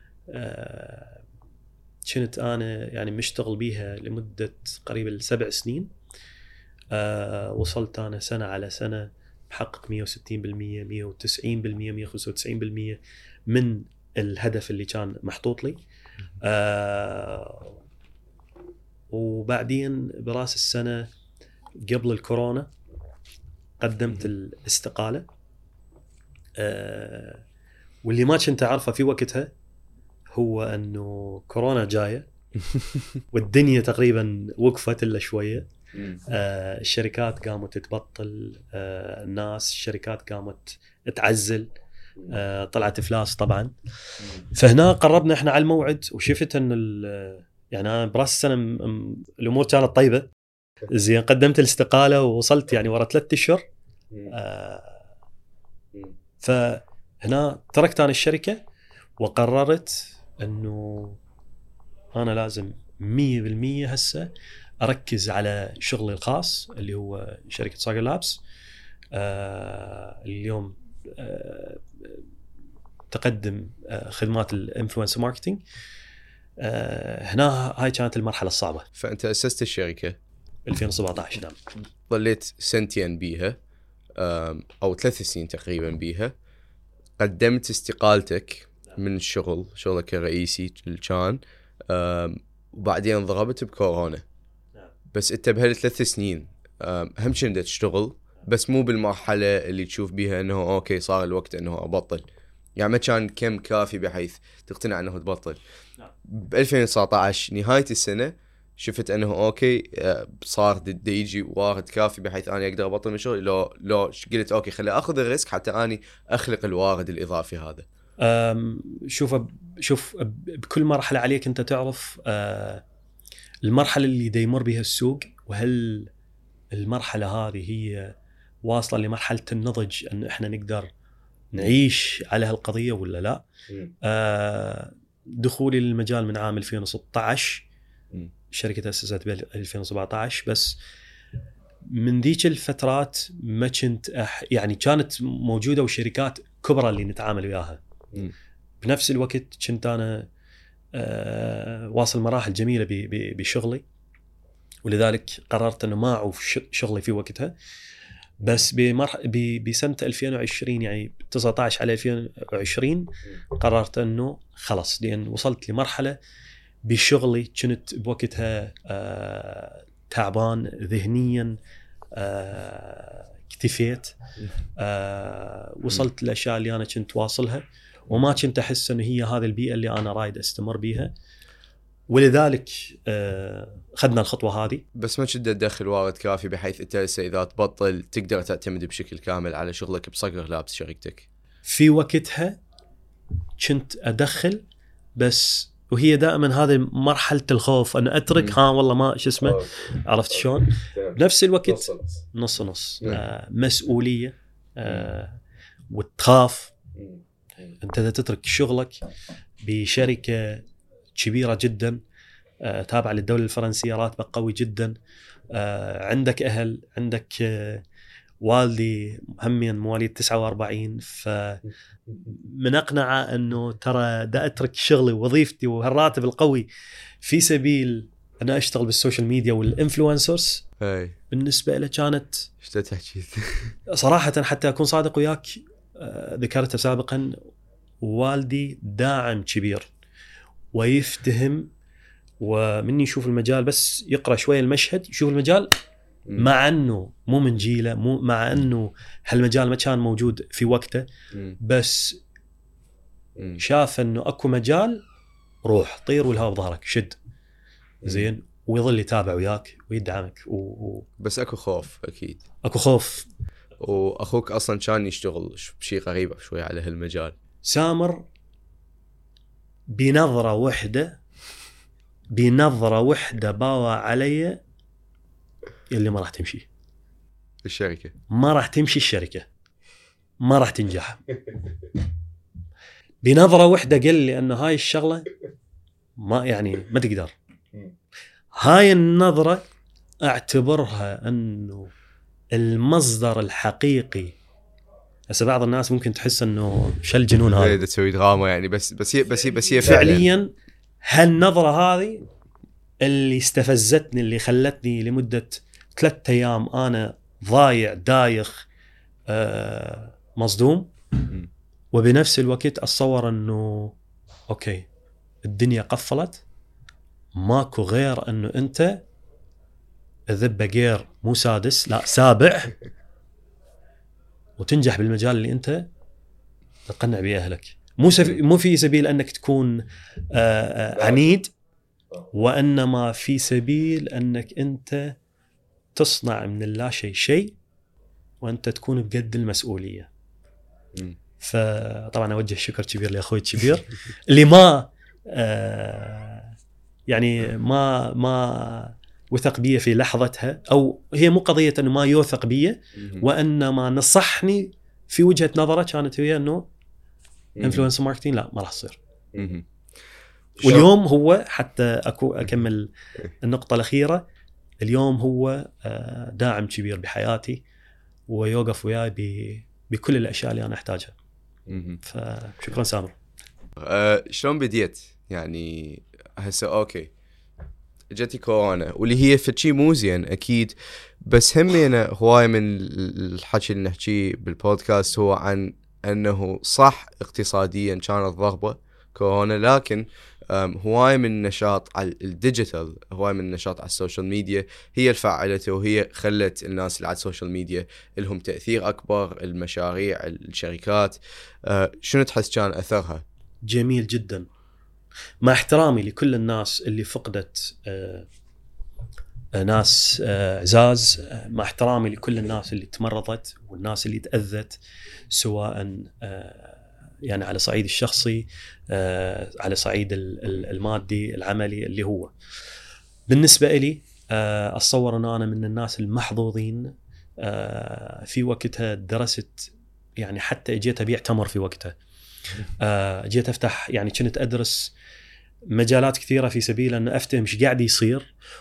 آه كنت انا يعني مشتغل بيها لمده قريب سبع سنين. آه وصلت انا سنه على سنه محقق مية وستين بالمية مية وتسعين بالمية مية وخمسة وتسعين بالمية من الهدف اللي كان محطوط لي. آه وبعدين براس السنه قبل الكورونا قدمت الاستقاله، آه واللي ما كنت اعرفه في وقتها هو انه كورونا جايه والدنيا تقريبا وقفت الا شويه. آه الشركات قامت تتبطل، آه الناس الشركات قامت تعزل، آه طلعت افلاس طبعا. فهنا قربنا احنا على الموعد، وشفت ان يعني انا براس السنه الامور كانت طيبه زين. قدمت الاستقاله ووصلت يعني ورا ثلاثة اشهر. آه فهنا تركت انا الشركه وقررت انه انا لازم مية بالمية هسه اركز على شغلي الخاص اللي هو شركه صقر لابس. آه اليوم آه تقدم آه خدمات الانفلونسر ماركتينج. آه هنا هاي كانت المرحله الصعبه. فانت اسست الشركه ألفين وسبعة عشر، نعم. ظليت سنتين بيها او ثلاث سنين تقريبا بيها، قدمت استقالتك من الشغل شغلك الرئيسي اللي كان، وبعدين ضربت بكورونا. بس انت بهالثلاث سنين هم كنت تشتغل، بس مو بالمرحله اللي تشوف بيها انه اوكي صار الوقت انه ابطل، يعني ما كان كم كافي بحيث تقتنع انه تبطل. ب ألفين وتسعة عشر نهايه السنه شفت انه اوكي صار دي يجي وارد كافي بحيث اني اقدر ابطل من شغلي. لو لو قلت اوكي خلي اخذ الريسك حتى اني اخلق الوارد الاضافي هذا. شوف شوف بكل مرحله عليك انت تعرف المرحله اللي دا يمر بها السوق، وهل المرحله هذه هي واصله لمرحله النضج ان احنا نقدر نعيش على هالقضيه ولا لا. آه دخولي للمجال من عام ألفين وستة عشر، الشركه تاسست ب ألفين وسبعة عشر، بس من ذيك الفترات ما كنت أح يعني كانت موجوده وشركات كبرى اللي نتعامل وياها. م. بنفس الوقت كنت انا أه واصل مراحل جميله بشغلي، ولذلك قررت انه ما اعوف شغلي في وقتها. بس بمرح... بسنه ألفين وعشرين يعني تسعة عشر على ألفين وعشرين قررت انه خلاص، لان وصلت لمرحله بشغلي كنت بوقتها آه تعبان ذهنيا، آه اكتفيت، آه وصلت للاشياء اللي انا كنت واصلها وما كنت احس انه هي هذه البيئه اللي انا رايد استمر بيها، ولذلك آه خذنا الخطوه هذه. بس ما كنت تدخل وارد كافي بحيث انت اذا تبطل تقدر تعتمد بشكل كامل على شغلك بصقر لابس شركتك؟ في وقتها كنت ادخل، بس وهي دائما هذه مرحله الخوف ان اترك ها والله ما شو اسمه، عرفت شلون؟ بنفس الوقت نص نص آه مسؤوليه آه وتخاف انت اذا تترك شغلك بشركه كبيره جدا آه تابعه للدوله الفرنسيه، راتبه قوي جدا، آه عندك اهل، عندك آه والدي همين مواليد تسعة وأربعين، فمن أقنعه أنه ترى دا أترك شغلي ووظيفتي وهالراتب القوي في سبيل أنا أشتغل بالسوشيال ميديا والإنفلونسرز. هاي بالنسبة له كانت ايش تحكي صراحة، حتى أكون صادق وياك آه ذكرتها سابقا، والدي داعم كبير ويفتهم، ومني يشوف المجال بس يقرأ شوية المشهد يشوف المجال، مع أنه مو من جيله، مو مع أنه هالمجال ما كان موجود في وقته، بس شاف أنه أكو مجال، روح طير والهوا بظهرك شد زين، ويظل يتابع وياك ويدعمك و... و... بس أكو خوف أكيد، أكو خوف. وأخوك أصلا كان يشتغل بشيء غريب شوي على هالمجال. سامر بنظرة وحدة بنظرة وحدة باوى علي اللي ما راح تمشي الشركة، ما راح تمشي الشركة، ما راح تنجح. بنظرة واحدة قال لي أن هاي الشغلة ما يعني ما تقدر. هاي النظرة أعتبرها أنه المصدر الحقيقي. هسه بعض الناس ممكن تحس أنه شل جنون هذا، إذا تسوي دراما يعني، بس بس هي بس هي بس هي فعليا هالنظرة هذه اللي استفزتني، اللي خلتني لمدة ثلاثة أيام أنا ضايع دايخ آه مصدوم، وبنفس الوقت أتصور أنه أوكي الدنيا قفلت، ماكو غير أنه أنت ذبة غير مو سادس لا سابع، وتنجح بالمجال اللي أنت تقنع به أهلك. مو مو في سبيل أنك تكون آه آه عنيد، وإنما في سبيل أنك أنت تصنع من اللا شيء شيء، وأنت تكون بقد المسؤولية. فطبعا أوجه شكر كبير لأخوي الكبير اللي ما آه يعني ما ما وثق بي في لحظتها، أو هي مو قضية أنه ما يوثق بي، وإنما نصحني في وجهة نظره كانت هي أنه إنفلونسر ماركتينج لا ما راح تصير. واليوم هو حتى أكو أكمل النقطة الأخيرة، اليوم هو داعم كبير بحياتي ويوقف وياي بكل الأشياء اللي أنا أحتاجها. فشكرا سامر. أه شلون بديت يعني هسه؟ أوكي جاتي كورونا واللي هي فشي مو زين أكيد، بس همينا هواي من الحكي اللي نحكيه بالبودكاست هو عن أنه صح اقتصاديا كانت ضربة كورونا، لكن هواي من النشاط على الديجيتال، هواي من النشاط على السوشيال ميديا هي الفعالته، وهي خلت الناس اللي على السوشيال ميديا لهم تأثير أكبر، المشاريع الشركات. أه شنو تحس كان أثرها؟ جميل جدا، مع احترامي لكل الناس اللي فقدت أه ناس عزاز، أه مع احترامي لكل الناس اللي تمرضت والناس اللي تأذت، سواء أه يعني على صعيد الشخصي آه، على صعيد المادي العملي. اللي هو بالنسبة لي آه، أتصور أن أنا من الناس المحظوظين. آه، في وقتها درست يعني حتى اجيت أبيع تمر في وقتها، آه، جيت أفتح يعني كنت أدرس مجالات كثيرة في سبيل أن أفتهم إيش قاعد يصير،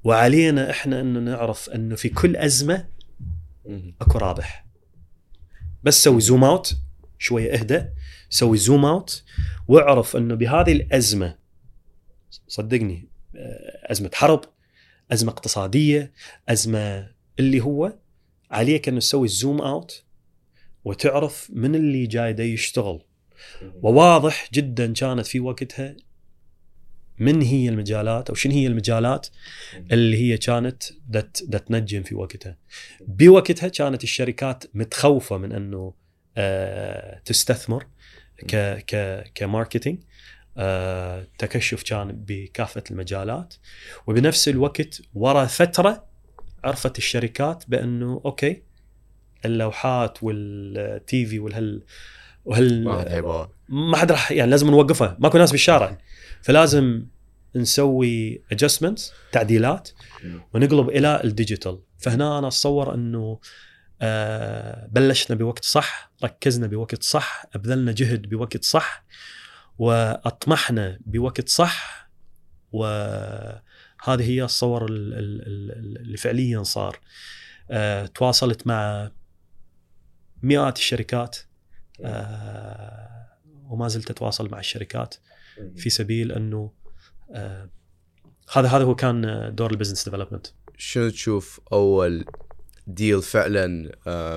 وعلينا احنا انه نعرف انه في كل ازمه اكو رابح. بس سوي زوم اوت شويه، اهدى، سوي زوم اوت واعرف انه بهذه الازمه، صدقني ازمه حرب، ازمه اقتصاديه، ازمه اللي هو عليك انه تسوي الزوم اوت وتعرف من اللي جاي دا يشتغل. وواضح جدا كانت في وقتها من هي المجالات او شنو هي المجالات اللي هي كانت دت دت تنجم في وقتها. بوقتها كانت الشركات متخوفه من انه آه تستثمر ك ك كماركتينج. آه تكشف كان بكافه المجالات، وبنفس الوقت ورا فتره عرفت الشركات بانه اوكي اللوحات والتي في والهل وهل ما حد راح يعني لازم نوقفها، ماكو ناس بالشارع، فلازم نسوي adjustments تعديلات ونقلب الى الديجيتال. فهنا انا اتصور انه آه بلشنا بوقت صح، ركزنا بوقت صح، ابذلنا جهد بوقت صح، واطمحنا بوقت صح، وهذه هي الصور اللي فعليا صار. آه تواصلت مع مئات الشركات، آه وما زلت اتواصل مع الشركات في سبيل انه آه هذا هذا هو كان دور البزنس ديفلوبمنت. شنو تشوف اول ديل فعلا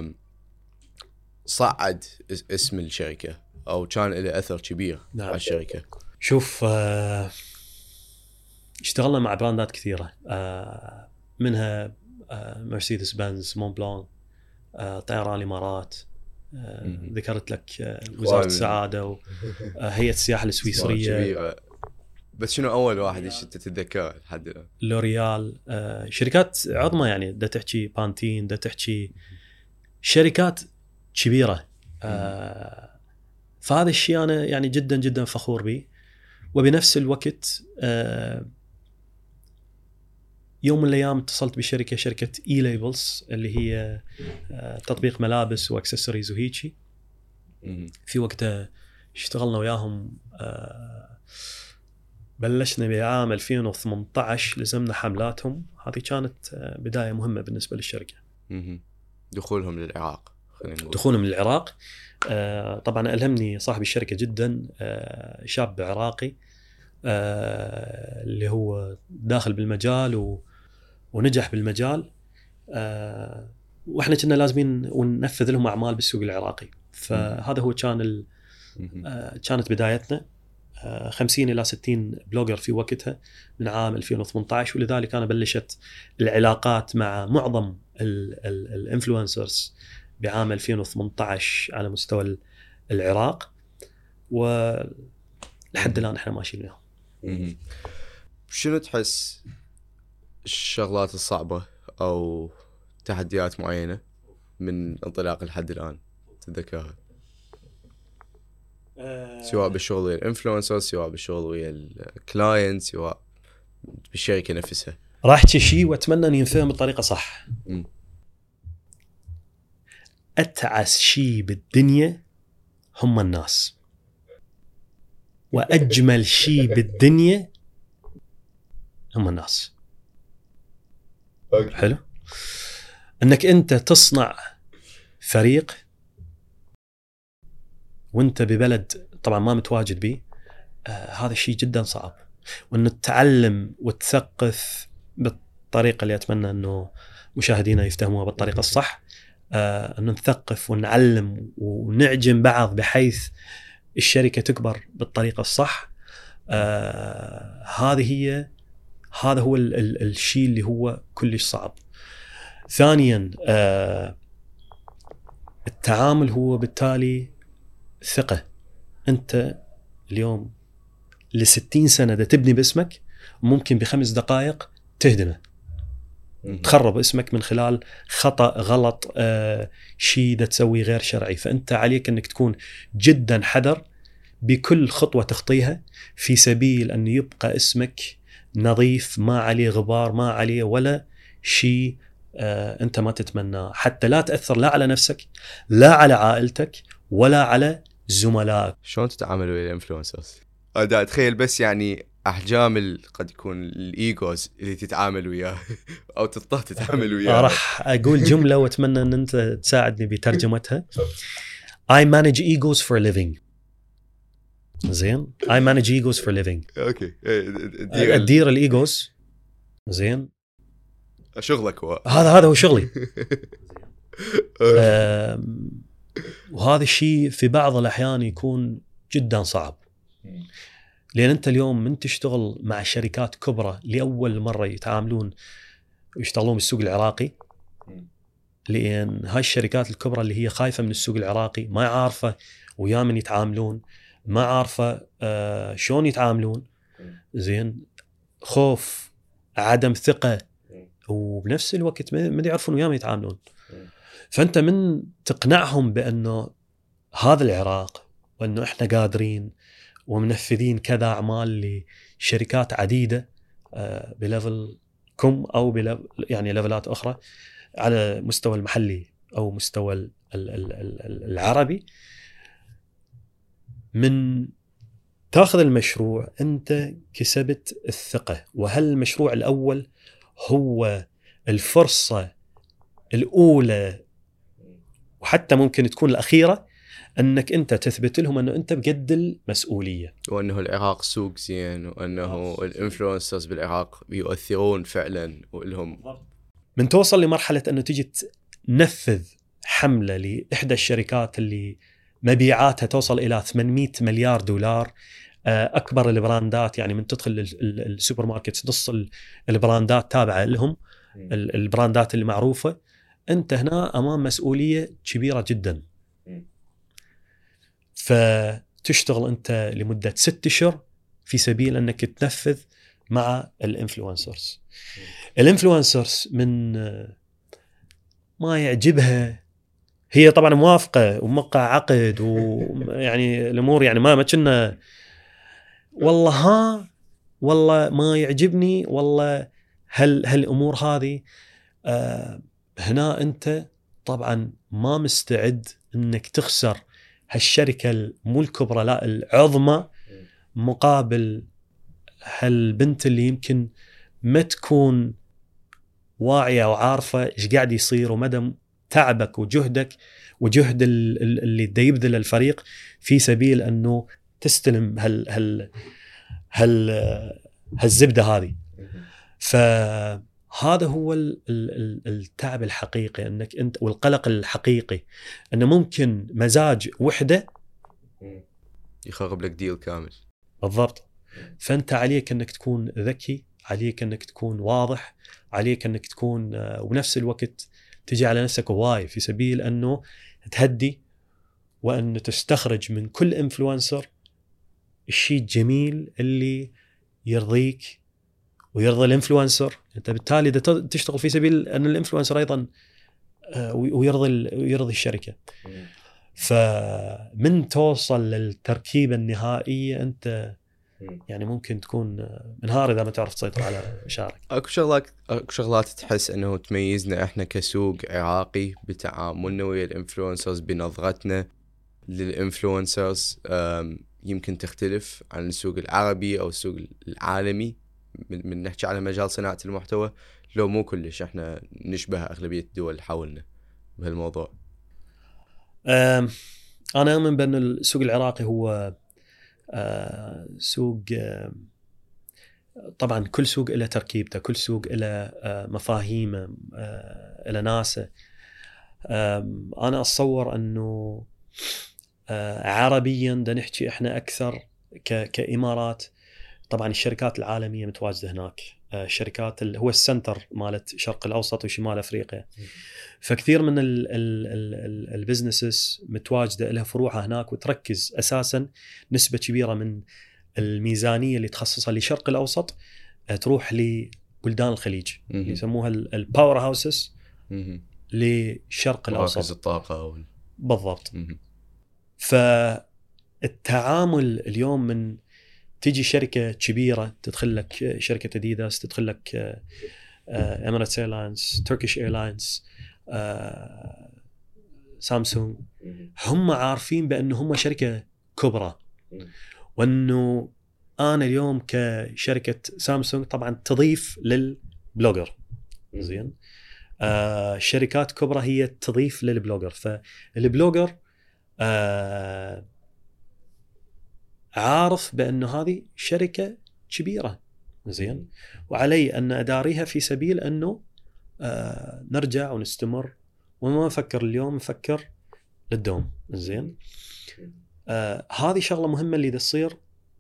صعد اسم الشركه او كان له اثر كبير نعم. على الشركه؟ شوف آه اشتغلنا مع براندات كثيره، آه منها آه مرسيدس بنز، مون بلان، آه طيران الامارات، آه ذكرت لك آه وزاره السعاده وهيئه السياحه السويسريه. بس شنو اول واحد تتذكره لحد الان؟ لوريال، آه شركات عظمى يعني، دا تحكي بانتين، دا تحكي شركات كبيره. آه فهذا الشيء انا يعني جدا جدا فخور به. وبنفس الوقت آه يوم من الايام اتصلت بشركه شركه اي ليبلز اللي هي آه تطبيق ملابس واكسسوارز وهيجي. في وقتها اشتغلنا وياهم، آه بلشنا بعام ألفين وثمانية عشر، لزمنا حملاتهم. هذه كانت بداية مهمة بالنسبة للشركة. دخولهم للعراق، دخولهم للعراق آه طبعا ألهمني صاحب الشركة جدا، آه شاب عراقي آه اللي هو داخل بالمجال و... ونجح بالمجال، آه وإحنا كنا لازمين وننفذ لهم أعمال بالسوق العراقي. فهذا هو كان ال... آه كانت بدايتنا. خمسين إلى ستين بلوجر في وقتها من عام ألفين وثمانية عشر، ولذلك أنا بلشت العلاقات مع معظم الانفلونسرز بعام ألفين وثمانية عشر على مستوى العراق، ولحد الآن إحنا ماشيين وياهم. شنو تحس الشغلات الصعبة أو تحديات معينة من انطلاق لحد الآن تتذكرها؟ سواء بالشغل ويا الانفلونسر، سواء بالشغل ويا الكلاينت، سواء بالشركة نفسها. راح احكي شيء واتمنى ان ينفهم بطريقة صح. م. اتعس شيء بالدنيا هم الناس، واجمل شيء بالدنيا هم الناس. حلو انك انت تصنع فريق وانت ببلد طبعا ما متواجد به، آه هذا الشيء جدا صعب. وانه تتعلم وتثقف بالطريقه اللي اتمنى انه مشاهدينا يفتهموها بالطريقه الصح، آه انه نثقف ونعلم ونعجن بعض بحيث الشركه تكبر بالطريقه الصح. آه هذه هي هذا هو ال ال الشيء اللي هو كلش صعب. ثانيا آه التعامل هو بالتالي ثقة. أنت اليوم لستين سنة دا تبني باسمك، ممكن بخمس دقائق تهدمه، تخرب اسمك من خلال خطأ غلط، آه شيء دا تسوي غير شرعي. فأنت عليك أنك تكون جدا حذر بكل خطوة تخطيها في سبيل أن يبقى اسمك نظيف، ما عليه غبار، ما عليه ولا شيء آه أنت ما تتمناه، حتى لا تأثر لا على نفسك لا على عائلتك ولا على زملائك. شلون تتعاملوا ويا الانفلونسرز؟ أنا أتخيل بس يعني احجام ال... قد يكون الايجوز اللي تتعامل وياه او تضطر تتعامل وياه. راح اقول جمله واتمنى ان انت تساعدني بترجمتها. I manage egos for a living. زين. I manage egos for a living. اوكي. ادير الايجوز. زين. شغلك هو هذا هذا هو شغلي. وهذا الشيء في بعض الأحيان يكون جدا صعب، لأن أنت اليوم من تشتغل مع شركات كبرى لأول مرة يتعاملون ويشتغلون بالسوق العراقي، لأن هاي الشركات الكبرى اللي هي خايفة من السوق العراقي، ما عارفة ويا من يتعاملون، ما عارفة آه شلون يتعاملون. زين. خوف، عدم ثقة، وبنفس الوقت ما يعرفون ويا من يتعاملون. فأنت من تقنعهم بأنه هذا العراق وأنه إحنا قادرين ومنفذين كذا أعمال لشركات عديدة بليفل كم أو بليفل يعني ليفلات أخرى على مستوى المحلي أو مستوى العربي، من تأخذ المشروع أنت كسبت الثقة. وهل المشروع الأول هو الفرصة الأولى وحتى ممكن تكون الأخيرة أنك أنت تثبت لهم أنه أنت بقد المسؤولية، وأنه العراق سوق زين، وأنه الإنفلونسرز بالعراق يؤثرون فعلا ولهم. من توصل لمرحلة أنه تيجي تنفذ حملة لإحدى الشركات اللي مبيعاتها توصل إلى ثمانمئة مليار دولار، أكبر البراندات، يعني من تدخل السوبر ماركت نص البراندات تابعة لهم، البراندات اللي معروفة. أنت هنا أمام مسؤولية كبيرة جدا. فتشتغل أنت لمدة ست أشهر في سبيل أنك تنفذ مع الإنفلونسرز. الإنفلونسرز من ما يعجبها، هي طبعا موافقة وموقع عقد ويعني الأمور يعني ما ما كنا والله ها والله ما يعجبني والله هل هالأمور هذه. آه هنا أنت طبعا ما مستعد أنك تخسر هالشركة مو الكبرى لا العظمى مقابل هالبنت اللي يمكن ما تكون واعية وعارفة إيش قاعد يصير ومدى تعبك وجهدك وجهد اللي دا يبذل الفريق في سبيل أنه تستلم هال هال هال هالزبدة هذه. فهذا هو التعب الحقيقي أنك أنت والقلق الحقيقي أنه ممكن مزاج وحدة يخرب لك ديل كامل. بالضبط. فأنت عليك أنك تكون ذكي، عليك أنك تكون واضح، عليك أنك تكون وبنفس الوقت تجي على نفسك هواي في سبيل أنه تهدي وأن تستخرج من كل إنفلونسر الشيء الجميل اللي يرضيك ويرضي الإنفلونسر. أنت بالتالي تشتغل في سبيل أن الإنفلونسر أيضا ويرضي ويرضي الشركة. فمن توصل للتركيبة النهائية أنت يعني ممكن تكون منهار إذا ما تعرف تسيطر على مشاعرك. أكو شغلات أكو شغلات تحس أنه تميزنا إحنا كسوق عراقي بتعاملنا ويا الإنفلونسرز، بنظرتنا للإنفلونسرز يمكن تختلف عن السوق العربي أو السوق العالمي من, من نحكي على مجال صناعة المحتوى. لو مو كلش إحنا نشبه أغلبية الدول حولنا بهالموضوع. أنا أؤمن بأن السوق العراقي هو آه سوق آه طبعا كل سوق له تركيبته، كل سوق له آه مفاهيمه، آه له ناسه. آه أنا أتصور أنه آه عربيا دا نحكي إحنا أكثر كإمارات. طبعا الشركات العالمية متواجدة هناك، آه الشركات اللي هو السنتر مالت الشرق الأوسط وشمال أفريقيا، فكثير من البزنسز متواجدة لها فروعها هناك وتركز أساسا نسبة كبيرة من الميزانية اللي تخصصها لشرق الأوسط تروح لبلدان الخليج اللي يسموها الباور هاوسز لشرق الأوسط، الطاقة. بالضبط. فالتعامل اليوم من تيجي شركة كبيرة تدخل لك شركة أديداس، تدخل لك Emirates Airlines، Turkish Airlines، سامسونج، هم عارفين بأنه هم شركة كبرى وأنه انا اليوم كشركه سامسونج طبعا تضيف للبلوجر زين. آه شركات كبرى هي تضيف للبلوجر. فالبلوجر آه عارف بانه هذه شركه كبيره زين، وعلي ان اداريها في سبيل انه آه نرجع ونستمر وما نفكر اليوم، نفكر للدوم زين. آه هذه شغله مهمه اللي تصير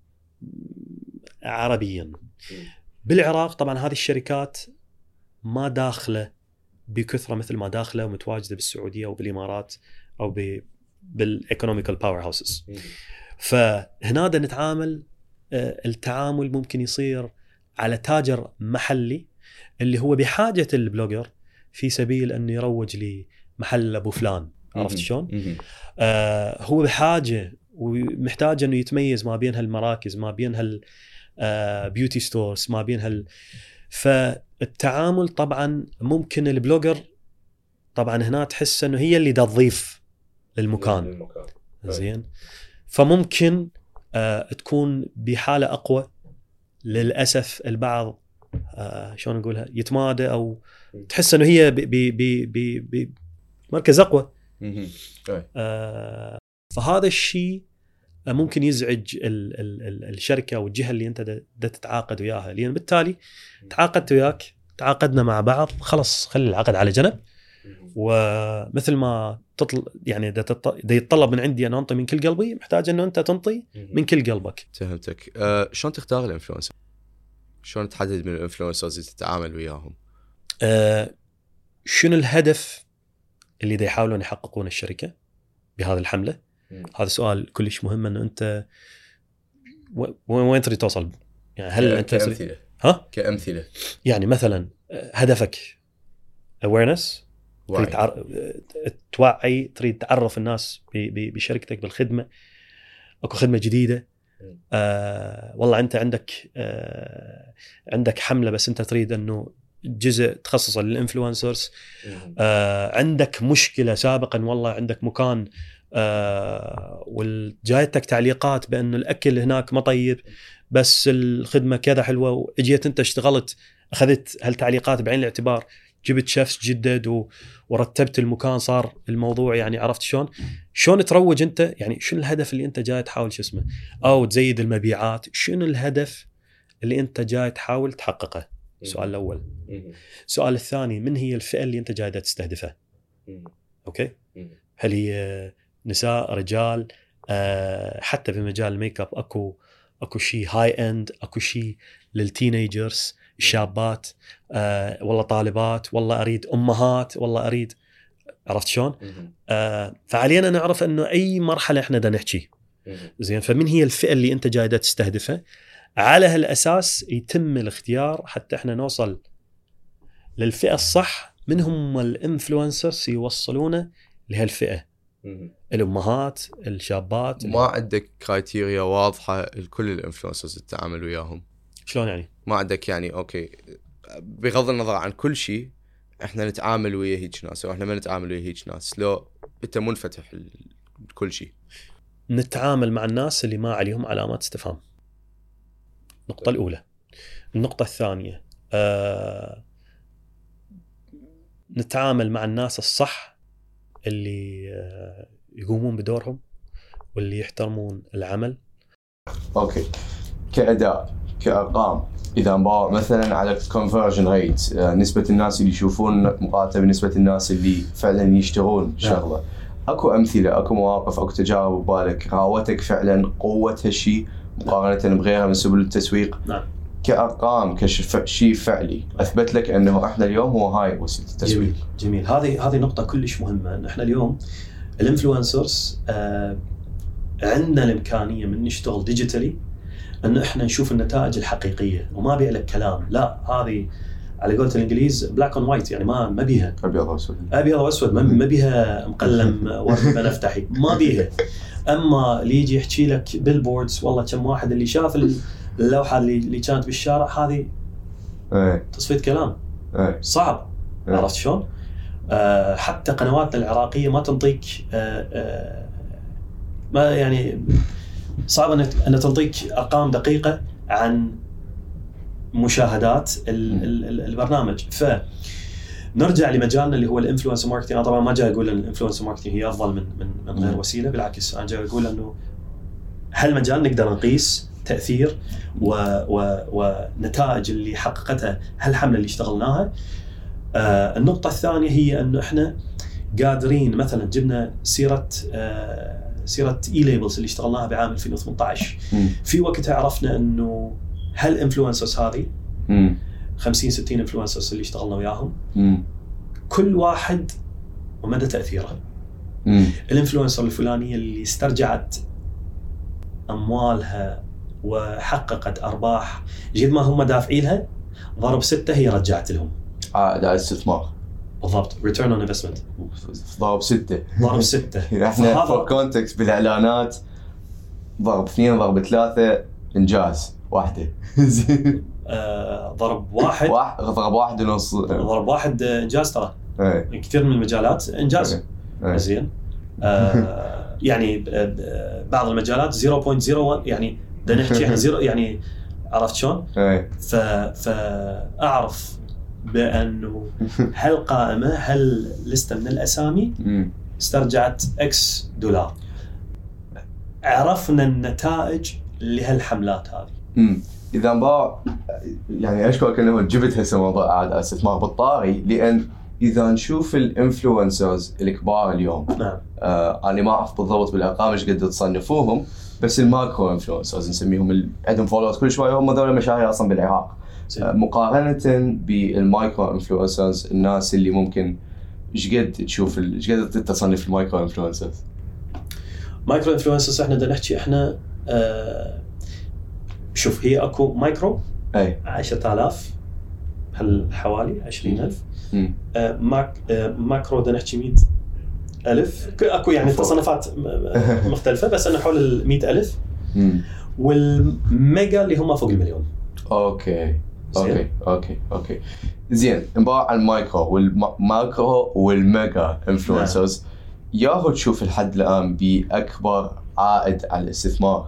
عربيا. بالعراق طبعا هذه الشركات ما داخله بكثره مثل ما داخله ومتواجده بالسعوديه وبالامارات او بالايكونوميكال باور هاوسز. فهنا دا نتعامل آه التعامل ممكن يصير على تاجر محلي اللي هو بحاجه البلوجر في سبيل انه يروج لمحل ابو فلان، عرفت شلون؟ آه هو بحاجه ومحتاج انه يتميز ما بين هالمراكز، ما بين هال آه بيوتي ستورز، ما بين هال. فالتعامل طبعا ممكن البلوجر طبعا هنا تحس انه هي اللي دا تضيف للمكان زين. فممكن آه تكون بحاله اقوى. للاسف البعض آه شلون نقولها يتمادى او تحس انه هي بمركز اقوى. آه فهذا الشيء ممكن يزعج ال ال ال الشركه والجهه اللي انت دا تتعاقد وياها، لان بالتالي تعاقدت وياك، تعاقدنا مع بعض، خلص خلي العقد على جنب. ومثل ما تطل يعني دا, تط... دا يتطلب من عندي ان انطي من كل قلبي، محتاج انه انت تنطي من كل قلبك. فهمتك. أه شلون تختار الانفلونسر؟ شلون تحدد من الانفلونسرز اللي تتعامل وياهم؟ أه شنو الهدف اللي دا يحاولون يحققون الشركه بهذه الحمله؟ م. هذا سؤال كلش مهم. انه انت و... وين تريد توصل؟ يعني هل انت كأمثلة. ها كأمثلة يعني مثلا هدفك awareness، تريد تعر... توعي، تريد تعرف الناس ب... ب... بشركتك، بالخدمه، اكو خدمه جديده. آه والله انت عندك آه عندك حمله بس انت تريد انه جزء تخصصه للانفلونسرز. آه عندك مشكله سابقا، والله عندك مكان آه والجايتك تعليقات بان الاكل هناك ما طيب بس الخدمه كذا حلوه، واجيت انت اشتغلت اخذت هالتعليقات بعين الاعتبار، جبت شيفs جدد و... ورتبت المكان، صار الموضوع يعني عرفت شلون شلون تروج انت. يعني شنو الهدف اللي انت جاي تحاول شو اسمه او تزيد المبيعات؟ شنو الهدف اللي انت جاي تحاول تحققه؟ السؤال الاول. السؤال الثاني، من هي الفئه اللي انت جاي تستهدفها؟ اوكي، هل هي نساء، رجال؟ أه حتى بمجال الميك اب اكو اكو شيء هاي اند، اكو شيء للتينيجرز الشابات، آه والله طالبات، والله اريد امهات، والله اريد، عرفت شلون؟ آه فعلينا نعرف انه اي مرحله احنا بدنا نحكي زين. فمن هي الفئه اللي انت جاي تستهدفها؟ على هالاساس يتم الاختيار حتى احنا نوصل للفئه الصح. من هم الانفلونسرز يوصلونه لهالفئه؟ الامهات، الشابات. ما عندك كرايتيريا واضحه لكل الانفلونسرز التعامل وياهم؟ شلون يعني؟ ما عندك يعني اوكي بغض النظر عن كل شيء احنا نتعامل ويا هيك ناس واحنا ما نتعامل ويا هيك ناس؟ لو انت منفتح لكل شيء. نتعامل مع الناس اللي ما عليهم علامات استفهام. النقطة الأولى. النقطة الثانية، آه نتعامل مع الناس الصح اللي آه يقومون بدورهم واللي يحترمون العمل. اوكي، كأداء كأرقام، إذا نباوع مثلا على conversion rate، نسبة الناس اللي يشوفون مقارنة بنسبة الناس اللي فعلا يشترون شغلة، أكو أمثلة، أكو مواقف، أكو تجارب ببالك راوتك فعلا قوة هالشيء مقارنة بغيرها من سبل التسويق؟ نعم. كأرقام، كشيء فعلي أثبت لك أنه إحنا اليوم هو هاي وسيلة التسويق. جميل جميل. هذه هذه نقطة كلش مهمة. إن إحنا اليوم الانفلونسرز آه عندنا الإمكانية من نشتغل ديجيتالي أن إحنا نشوف النتائج الحقيقية وما بيع لك كلام. لا، هذه على قولة الإنجليز black and white، يعني ما ما بيها أبيض وأسود، أبيض وأسود، ما بيها مقلم ورد بنفتحي، ما بيها. أما اللي يجي يحكي لك بيلبوردز، والله كم واحد اللي شاف اللوحة اللي اللي كانت بالشارع، هذه تصفية كلام صعب. عرفت شلون؟ آه حتى قنواتنا العراقية ما تنطيك آه آه ما يعني صعب ان ان تعطيك ارقام دقيقه عن مشاهدات ال ال البرنامج. فنرجع لمجالنا اللي هو الانفلونسر ماركتينج. انا طبعا ما جاي اقول ان الانفلونسر ماركتينج هي افضل من من, من غير وسيله، بالعكس انا جاي اقول انه هالمجال نقدر نقيس تاثير و و ونتائج اللي حققتها هالحمله اللي اشتغلناها. آه النقطه الثانيه هي انه احنا قادرين مثلا جبنا سيره آه سيره اي ليبلز اللي اشتغلناها بعام ألفين وثمانية عشر. في وقتها عرفنا انه هالانفلونسرز هذه خمسين ستين انفلونسرز اللي اشتغلنا وياهم، مم. كل واحد ومدى تاثيره. الانفلونسر الفلانيه اللي استرجعت اموالها وحققت ارباح قد ما هم دافعين لها ضرب ستة هي رجعت لهم عائد على الاستثمار. بالضبط، return on investment ضرب ستة ضرب ستة. احنا فور كونتكست بالاعلانات ضرب اثنين ضرب ثلاثة انجاز واحدة. آه ضرب واحد واحد ضرب واحد ونص ضرب واحد انجاز ترى. ايه. كثير من المجالات انجاز. ايه. زين. آه يعني بعض المجالات صفر فاصلة صفر واحد يعني بدنا نحكي احنا زيرو يعني عرفت شلون؟ ايه. ف فاعرف بانه هالقائمه هل لسته من الاسامي استرجعت اكس دولار. عرفنا النتائج لهالحملات هذه. امم اذا باع يعني اشكرك انه جبت هسه موضوع اعاده الاستثمار بالطاري، لان اذا نشوف الانفلونسرز الكبار اليوم، نعم. آه انا ما اعرف بالضبط بالارقام ايش قد تصنفوهم، بس الماكرو انفلونسرز نسميهم اللي عندهم فولورز كل شويه، هم ذول المشاهير اصلا بالعراق. آه مقارنه بالمايكرو انفلونسرز، الناس اللي ممكن ايش قد تشوف ايش قد تصنف المايكرو انفلونسرز؟ مايكرو انفلونسرز احنا بدنا نحكي احنا آه شوف هي اكو مايكرو اي عشرة آلاف هل حوالي عشرين ألف. آه ماك آه ماكرو بدنا نحكي مئة ألف. اكو يعني تصنيفات مختلفه بس انا حول ال مئة ألف. والميجا اللي هم فوق المليون. اوكي اوكي اوكي اوكي زين. نبقى على المايكرو والماكرو والميجا انفلونسرز. نعم. ياهو تشوف الحد الآن بأكبر عائد على الاستثمار؟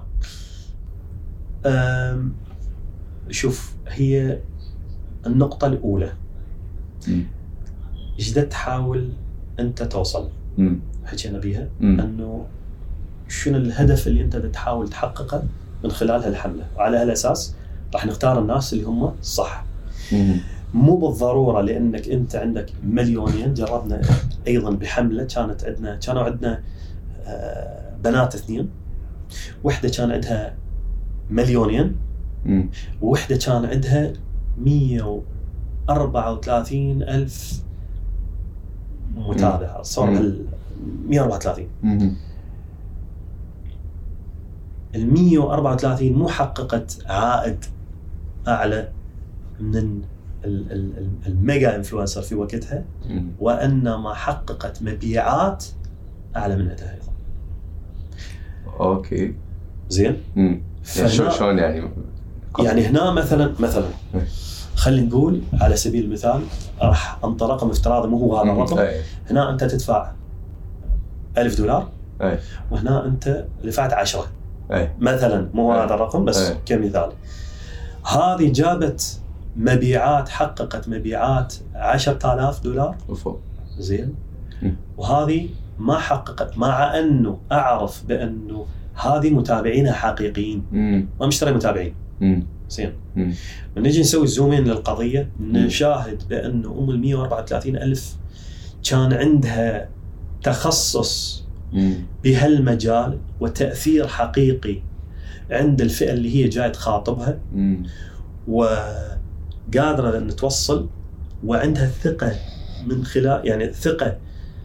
أم شوف هي النقطة الأولى إيش تحاول أنت توصل مم. حكينا بيها مم. أنه شنو الهدف اللي أنت تحاول تحققه من خلال هالحملة، وعلى هالأساس راح نختار الناس اللي هم صح. مم. مو بالضرورة لأنك أنت عندك مليونين. جربنا أيضا بحملة كانت عندنا كانوا عندنا بنات اثنين، وحدة كان عندها مليونين ووحدة كان عندها مية وأربعة وثلاثين ألف متابع. صار هال مية وأربعة وثلاثين. المية وأربعة وثلاثين مو حققت عائد أعلى من الميجا انفلونسر في وقتها، وانما حققت مبيعات اعلى من هذا ايضا. اوكي زين. شو شلون يعني؟ يعني هنا مثلا مثلا خلينا نقول على سبيل المثال راح انطر رقم افتراضي مو هو هذا الرقم. هنا انت تدفع ألف دولار. أي. وهنا انت دفعت عشرة. أي. مثلا مو هذا الرقم بس أي. كمثال. هذه جابت مبيعات حققت مبيعات عشرة آلاف دولار. وفوق. زين. وهذه ما حققت، مع أنه أعرف بأنه هذه متابعينها حقيقيين. مم. ما مشتري متابعين. مم. زين. مم. نجي نسوي زومين للقضية نشاهد بأنه أم المية وأربعة وثلاثين ألف كان عندها تخصص مم. بهالمجال وتأثير حقيقي عند الفئة اللي هي جاي تخاطبها. مم. وقادرة أن توصل وعندها ثقة من خلال يعني ثقة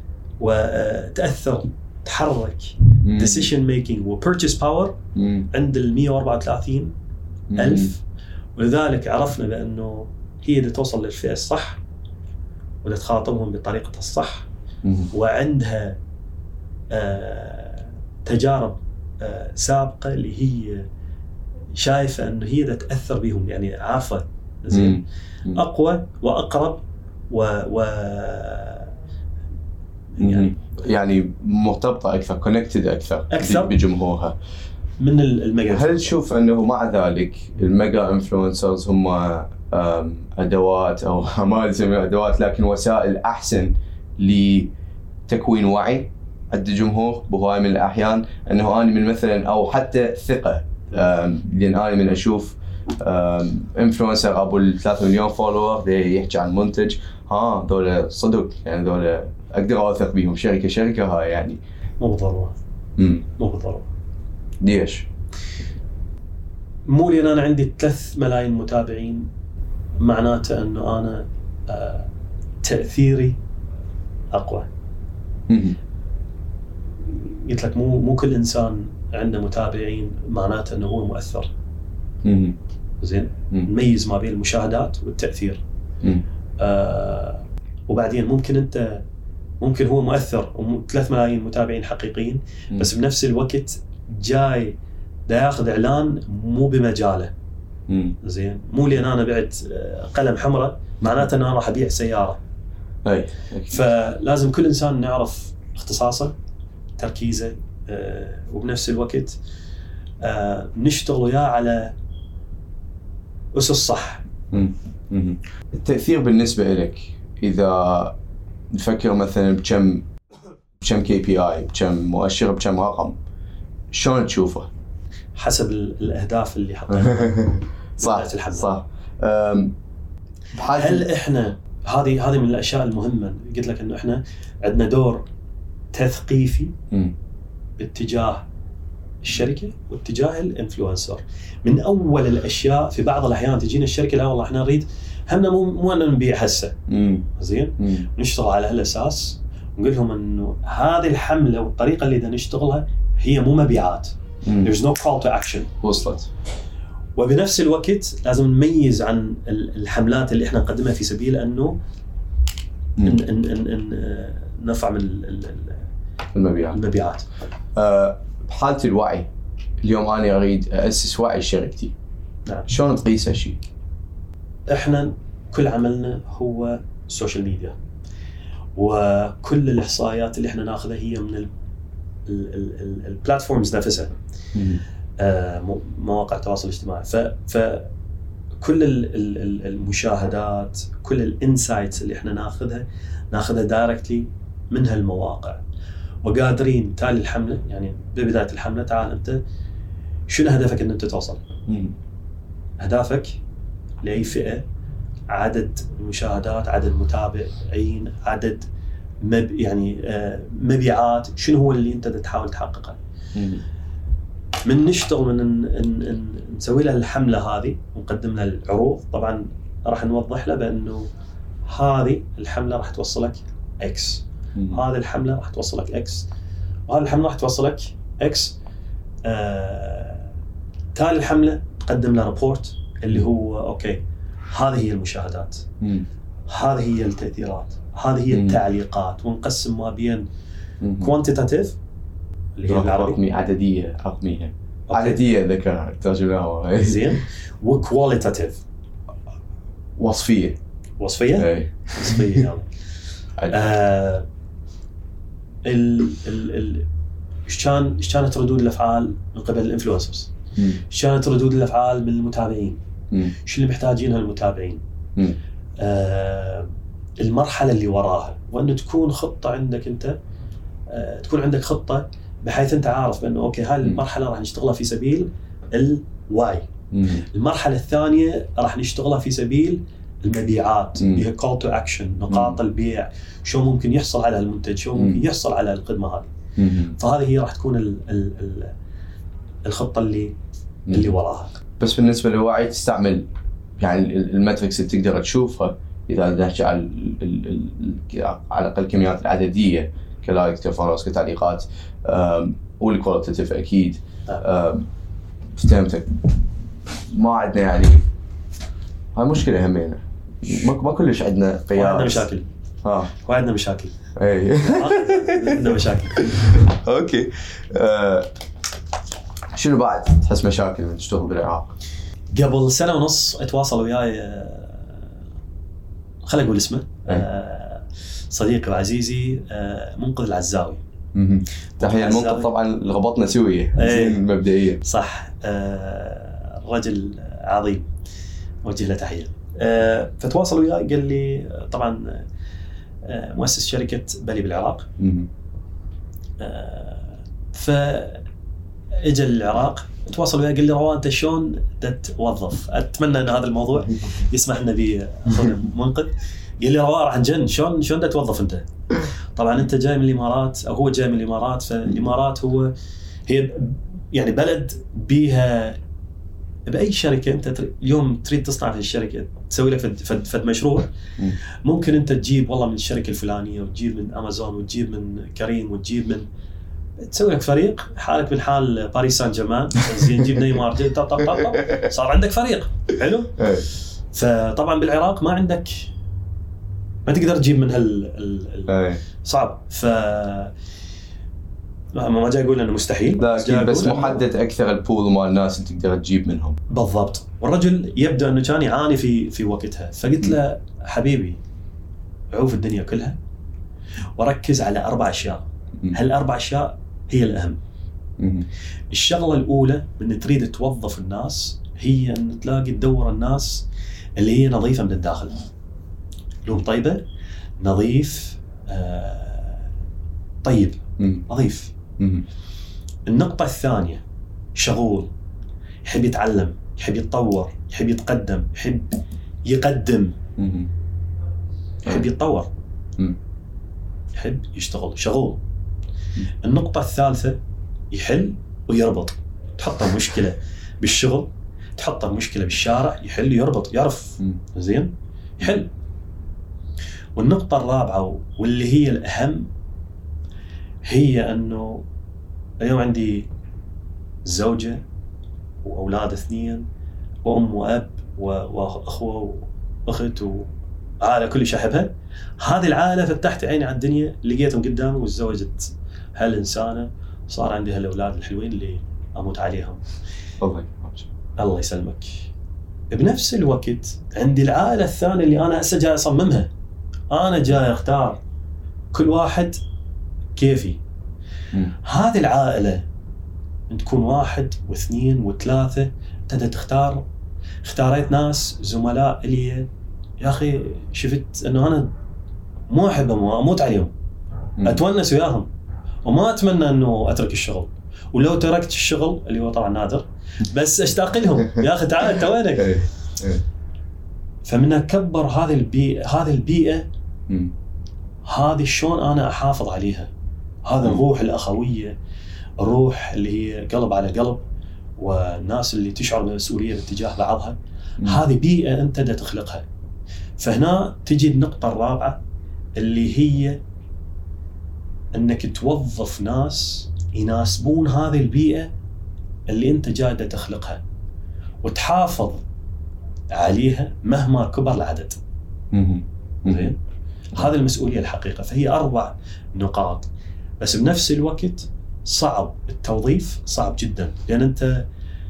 وتأثر تحرك decision making و purchase power مم. عند ال مية وأربعة وثلاثين ألف. ولذلك عرفنا بأنه هي اللي توصل للفئة الصح واللي تخاطبهم بطريقة الصح. مم. وعندها آه تجارب آه سابقة اللي هي شايفة أنه هي ده تأثر بهم، يعني عارفة زين أقوى وأقرب و, و يعني يعني مرتبطة أكثر، connected أكثر, أكثر بجمهورها. من الميجا. هل تشوف انه مع ذلك الميجا انفلونسرز هم ادوات او ما نسميها ادوات لكن وسائل احسن لتكوين وعي عند الجمهور بهواي من الاحيان؟ انه انا من مثلا او حتى ثقه، لان انا من اشوف انفلونسر ابو ثلاثة مليون فولور يحكي عن منتج، ها دول صدق يعني دول اقدر اوثق بيهم، شركه شركه هاي يعني. مو بالضروره. امم مو بالضروره. ليش؟ مو لان انا عندي ثلاث ملايين متابعين معناته انه انا آه تاثيري اقوى. امم قلت لك مو مو كل انسان عنده متابعين معناته انه هو مؤثر. امم زين، نميز ما بين المشاهدات والتاثير. امم آه وبعدين ممكن انت ممكن هو مؤثر وثلاث ملايين متابعين حقيقيين، مم. بس بنفس الوقت جاي دا ياخذ اعلان مو بمجاله. امم زين، مو لان انا بعت قلم حمراء معناته ان انا راح ابيع سياره. اي فلازم كل انسان نعرف اختصاصه، تركيزه، آه وبنفس الوقت آه نشتغل وياه على اسس صح. امم التاثير بالنسبه لك اذا نفكر مثلا بكم بكم كي بي اي، بكم مؤشر، بكم رقم، شلون تشوفه؟ حسب الاهداف اللي حطيناها. صح صح. هل احنا هذه هذه من الاشياء المهمه، قلت لك انه احنا عندنا دور تثقيفي م. باتجاه الشركه واتجاه الانفلونسر. من اول الاشياء في بعض الاحيان تجينا الشركه لا والله احنا نريد همنا مو مو ان نبيع هسه، زين، نشتغل على هالاساس ونقول لهم انه هذه الحمله والطريقه اللي بدنا نشتغلها هي مو مبيعات. There's no call to action. وصلت. وبنفس الوقت لازم نميز عن الحملات اللي احنا نقدمها في سبيل انه إن إن إن إن نرفع من المبيعات. المبيعات. أه بحالة الوعي اليوم أنا أريد أسس وعي شركتي. نعم. شلون تقيس هالشيء؟ احنا كل عملنا هو السوشيال ميديا، وكل الإحصائيات اللي احنا ناخذها هي من البلاتفورمز نفسها، آه مواقع التواصل الاجتماعي. ف فكل المشاهدات، كل الانسايتس اللي احنا ناخذها ناخذها دايركتلي من هالمواقع، وقادرين تالي الحمله يعني ببدايه الحمله تعال انت شنو هدفك ان انت توصل؟ مم. اهدافك لاي فئه، عدد المشاهدات، عدد متابعين، عدد مب يعني آه مبيعات، شنو هو اللي انت تحاول تحققه؟ مم. من نشتغل من ن... ن... ن... نسوي لها الحمله هذه ونقدم لها العروض. طبعا راح نوضح له بانه هذه الحمله راح توصلك اكس، هذه الحمله راح توصلك اكس، وهذه الحمله راح توصلك اكس. آه... تالي الحمله تقدم له ريبورت اللي هو اوكي هذه هي المشاهدات، مم. هذه هي التأثيرات، هذه هي التعليقات، ونقسم ما بين كوانتيتاتيف اللي هي الرقمي، عدديه رقميه، عدديه ذكرها ترجمناها زين، وكواليتاتيف وصفيه وصفيه اي وصفيه يعني آه ال ال ال ايش كان ايش كانت ردود الافعال من قبل الانفلونسرز، ايش كانت ردود الافعال من المتابعين، شو اللي محتاجينها المتابعين، آه المرحله اللي وراها، وانه تكون خطه عندك انت، آه تكون عندك خطه بحيث انت عارف بانه اوكي هاي المرحله راح نشتغلها في سبيل الوعي، المرحله الثانيه راح نشتغلها في سبيل المبيعات، بها كول تو اكشن، نقاط البيع، شو ممكن يحصل على المنتج، شو ممكن يحصل على الخدمه هذه. فهذه هي راح تكون ال ال ال الخطه اللي مم. اللي وراها. بس بالنسبه للوعي تستعمل يعني الماتريكس اللي تقدر تشوفها اذا نحكي على على الاقل الكميات العدديه كلايك كفولورز كتعليقات والكواليتيف اكيد. استمتع ما عندنا يعني هاي مشكله همينه، ما كلش عندنا قياس، عندنا مشاكل ها وعندنا مشاكل اي عندنا مشاكل. اوكي أه شنو بعد تحس مشاكل من تشتغل بالعراق؟ قبل سنه ونص اتواصل وياي خلينا نقول اسمه، أه صديقي وعزيزي أه منقذ العزاوي. تحية المنقذ طبعا ربطنا سوية زين مبدئيا صح. آه رجل عظيم وجه له تحية. آه فتواصل وياي قال لي طبعا آه مؤسس شركة بلي بالعراق. آه فاجى العراق تواصل وياي قال لي روان انت شلون تتوظف؟ اتمنى ان هذا الموضوع يسمح لنا به اخونا منقذ. قال لي روان راح نجن شلون شلون تتوظف انت؟ طبعا انت جاي من الامارات او هو جاي من الامارات. فالامارات هو هي يعني بلد بيها باي شركه انت اليوم تريد تصنع في الشركه تسوي لك فد, فد مشروع ممكن انت تجيب والله من الشركه الفلانيه وتجيب من امازون وتجيب من كريم وتجيب من تسوي لك فريق حالك من حال باريس سان جيرمان زين جيب نيمار طب طب طب طب صار عندك فريق حلو. فطبعا بالعراق ما عندك ما تقدر تجيب من هال صعب. ف ما جاي اقول انه مستحيل بس محدد اكثر البول مال الناس انت تقدر تجيب منهم بالضبط. والرجل يبدو انه كان يعاني في في وقتها. فقلت له حبيبي عوف الدنيا كلها وركز على اربع اشياء. هالاربع اشياء هي الاهم. الشغله الاولى ان تريد توظف الناس هي ان تلاقي تدور الناس اللي هي نظيفه من الداخل لون طيبه نظيف آه طيب نظيف. النقطة الثانية شغول يحب يتعلم يحب يتطور يحب يتقدم يحب يقدم يحب يتطور يحب يشتغل شغول. النقطة الثالثة يحل ويربط. تحطه مشكلة بالشغل تحطه مشكلة بالشارع يحل يربط يعرف زين يحل. والنقطة الرابعة واللي هي الأهم هي أنه اليوم عندي زوجة وأولاد اثنين وأم وأب وأخوة وأخت وعائلة كل شيء أحبها. هذه العائلة فتحت عيني على الدنيا لقيتهم قدامي وتزوجت هالإنسانة صار عندي هالأولاد الحلوين اللي أموت عليهم. الله يسلمك. بنفس الوقت عندي العائلة الثانية اللي أنا هسه جاي أصممها. أنا جاي أختار كل واحد كيفي. هذه العائلة تكون واحد واثنين وثلاثة تبدأ تختار. اختاريت ناس زملاء لي يا أخي شفت أنه أنا مو أحبهم وأموت عليهم أتونس وياهم وما أتمنى أنه أترك الشغل. ولو تركت الشغل اللي هو طبعا نادر بس أشتاق لهم يا أخي تعال أنت وينك. فمن أكبر هذه البيئة هذه البيئة هذه شلون أنا أحافظ عليها. هذا الروح الأخوية الروح اللي هي قلب على قلب والناس اللي تشعر بالمسؤولية باتجاه بعضها. هذه بيئة أنت دا تخلقها. فهنا تجي النقطة الرابعة اللي هي أنك توظف ناس يناسبون هذه البيئة اللي أنت جاي دا تخلقها وتحافظ عليها مهما كبر العدد. زين هذه المسؤولية الحقيقة. فهي أربع نقاط بس بنفس الوقت صعب التوظيف صعب جدا لأن أنت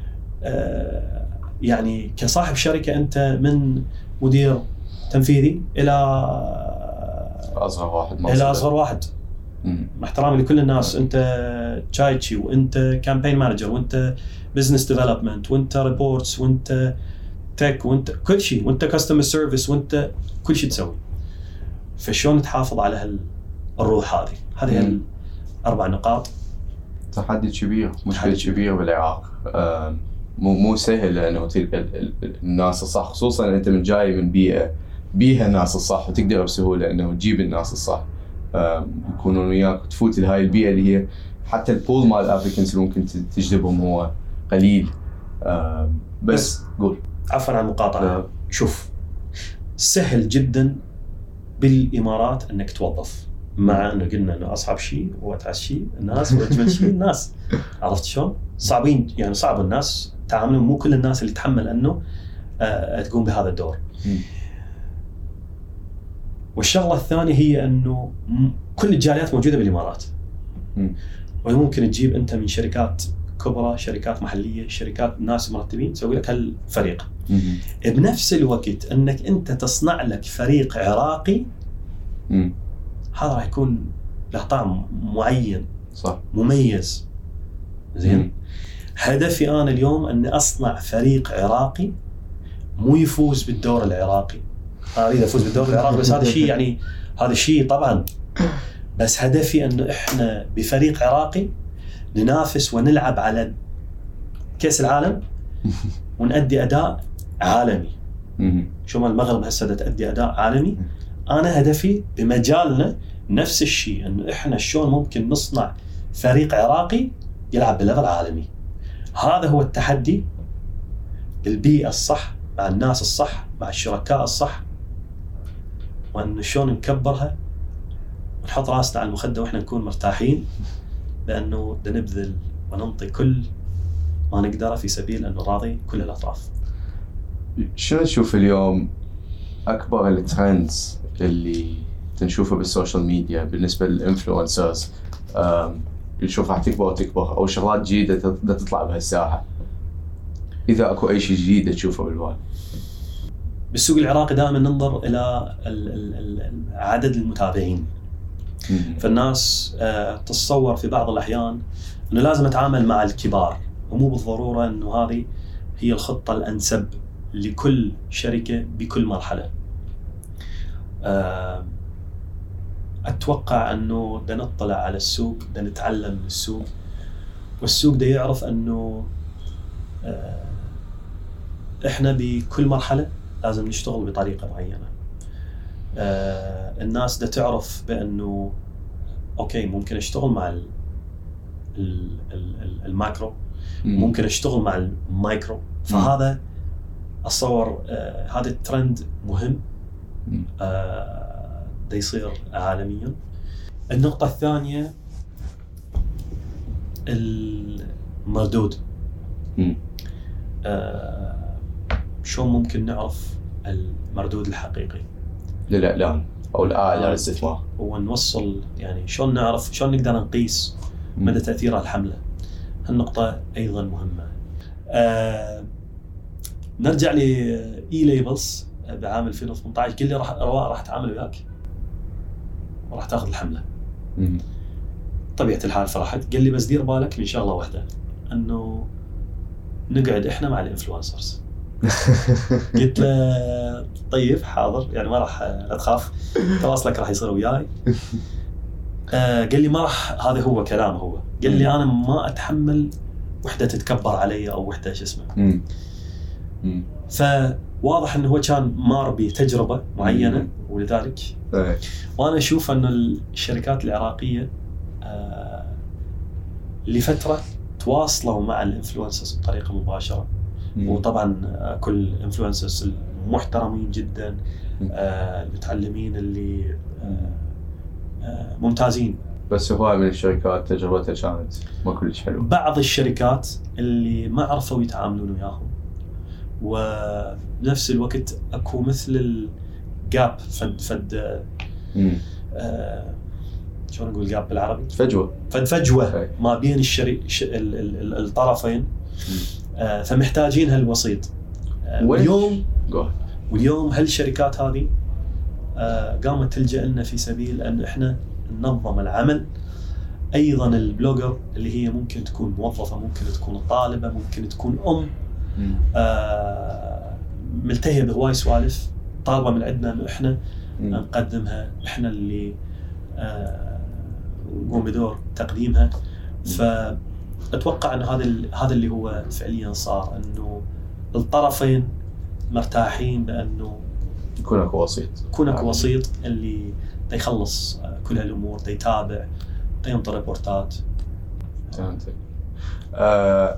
آه يعني كصاحب شركة أنت من مدير تنفيذي إلى أصغر واحد إلى أصغر واحد مع احترامي لكل الناس. أنت تشايتشي وأنت كامبين مانجر وأنت بزنس ديفلوبمنت وأنت ريبورتس وأنت تك وأنت كل شيء وأنت كاستمر سيرفيس وأنت كل شيء تسوي. فشون تحافظ على هالروح هذه هذه الأربع نقاط. تحدي كبير مشكلة كبيرة بالعراق. مو مو سهل لأنه تلقى الناس الصح خصوصا أنت من جاي من بيئة بيها الناس الصح وتقدر بسهولة أنه تجيب الناس الصح يكونون وياك تفوت لهاي البيئة اللي هي حتى البول مال الابليكنتس اللي ممكن تجذبهم هو قليل. بس قول عفوا عن المقاطعة. شوف سهل جدا بالإمارات أنك توظف مع أنه قلنا أنه أصعب شيء وأتعس شيء الناس وأجمل شيء الناس. عرفت شلون؟ صعبين يعني صعب الناس تعاملون مو كل الناس اللي تحمل أنه آه تقوم بهذا الدور. م. والشغلة الثانية هي أنه كل الجاليات موجودة بالإمارات م. وممكن تجيب أنت من شركات كبرى شركات محلية شركات ناس مرتبين تسوي لك هالفريق. م. بنفس الوقت أنك أنت تصنع لك فريق عراقي م. هذا راح يكون له طعم معين صح. مميز زين. هدفي انا اليوم اني اصنع فريق عراقي مو يفوز بالدور العراقي. انا اريد افوز بالدور العراقي بس هذا شيء يعني هذا شيء طبعا، بس هدفي انه احنا بفريق عراقي ننافس ونلعب على كأس العالم ونؤدي اداء عالمي. شو ما المغرب هسه تؤدي اداء عالمي، انا هدفي بمجالنا نفس الشيء، انه احنا شلون ممكن نصنع فريق عراقي يلعب بليفل عالمي. هذا هو التحدي بالبيئة الصح مع الناس الصح مع الشركاء الصح، وأن شلون نكبرها ونحط راسنا على المخدة وإحنا نكون مرتاحين بأنه نبذل وننطي كل ما نقدره في سبيل أن نراضي كل الأطراف. شو تشوف اليوم أكبر الترندز اللي تنشوفه بالسوشيال ميديا بالنسبة للإنفلونسرز، نشوف راح تكبر وتكبر، أو شغلات جديدة تطلع بهالساحة؟ إذا أكو أي شيء جديد تشوفه بالوال. بالسوق العراقي دائما ننظر إلى عدد المتابعين. فالناس تتصور في بعض الأحيان أنه لازم أتعامل مع الكبار، ومو بالضرورة أنه هذه هي الخطة الأنسب لكل شركة بكل مرحلة. أتوقع أنه دا نطلع على السوق، دا نتعلم من السوق، والسوق دا يعرف أنه إحنا بكل مرحلة لازم نشتغل بطريقة معينة. الناس دا تعرف بأنه أوكي ممكن أشتغل مع الماكرو، ممكن أشتغل مع المايكرو. فهذا أتصور هذا الترند مهم دا يصير عالميا. النقطة الثانية المردود. آه شو ممكن نعرف المردود الحقيقي للإعلان أو الآلة للاستثمار، ونوصل يعني شلون نعرف شلون نقدر نقيس مدى تأثير الحملة. هالنقطة أيضا مهمة. آه نرجع لإي ليبلز بعام ألفين وثمانية عشر، قل لي راح رواء راح تعامل وياك وراح تاخذ الحملة. مم. طبيعة الحال فرحت، قال لي بس دير بالك من شغلة واحدة، أنه نقعد إحنا مع الإنفلونسرز. قلت له طيب حاضر، يعني ما راح لا تخاف تواصلك راح يصير وياي. آه قال لي ما راح، هذا هو كلام هو قال لي أنا ما أتحمل وحدة تتكبر علي أو وحدة شو اسمه. فواضح أنه هو كان مار بتجربة معينة ولذلك وأنا أشوف أن الشركات العراقية آه لفترة تواصلوا مع الانفلونسرز بطريقة مباشرة. وطبعا كل الانفلونسرز المحترمين جدا، آه المتعلمين اللي آه آه ممتازين. بس هواي من الشركات تجربتها كانت ما كلش حلوة. بعض الشركات اللي ما عرفوا يتعاملون وياهم، ونفس الوقت اكو مثل الجاب فد فد آه شو نقول جاب بالعربي؟ فجوة. فد فجوة ما بين الشري الطرفين. آه فمحتاجين هالوسيط. آه واليوم واليوم هالشركات هذه آه قامت تلجأ لنا في سبيل أن إحنا ننظم العمل. أيضا البلوجر اللي هي ممكن تكون موظفة، ممكن تكون طالبة، ممكن تكون أم، آه ملتهية بهواي سوالف، طالبة من عندنا أنه إحنا نقدمها، إحنا اللي آه نقوم بدور تقديمها. فأتوقع أن هذا هذا اللي هو فعليا صار، أنه الطرفين مرتاحين بأنه يكون اكو وسيط، يكون اكو وسيط اللي يخلص كل هالامور، يتابع، ينطي ريبورتات. فهمتك. آه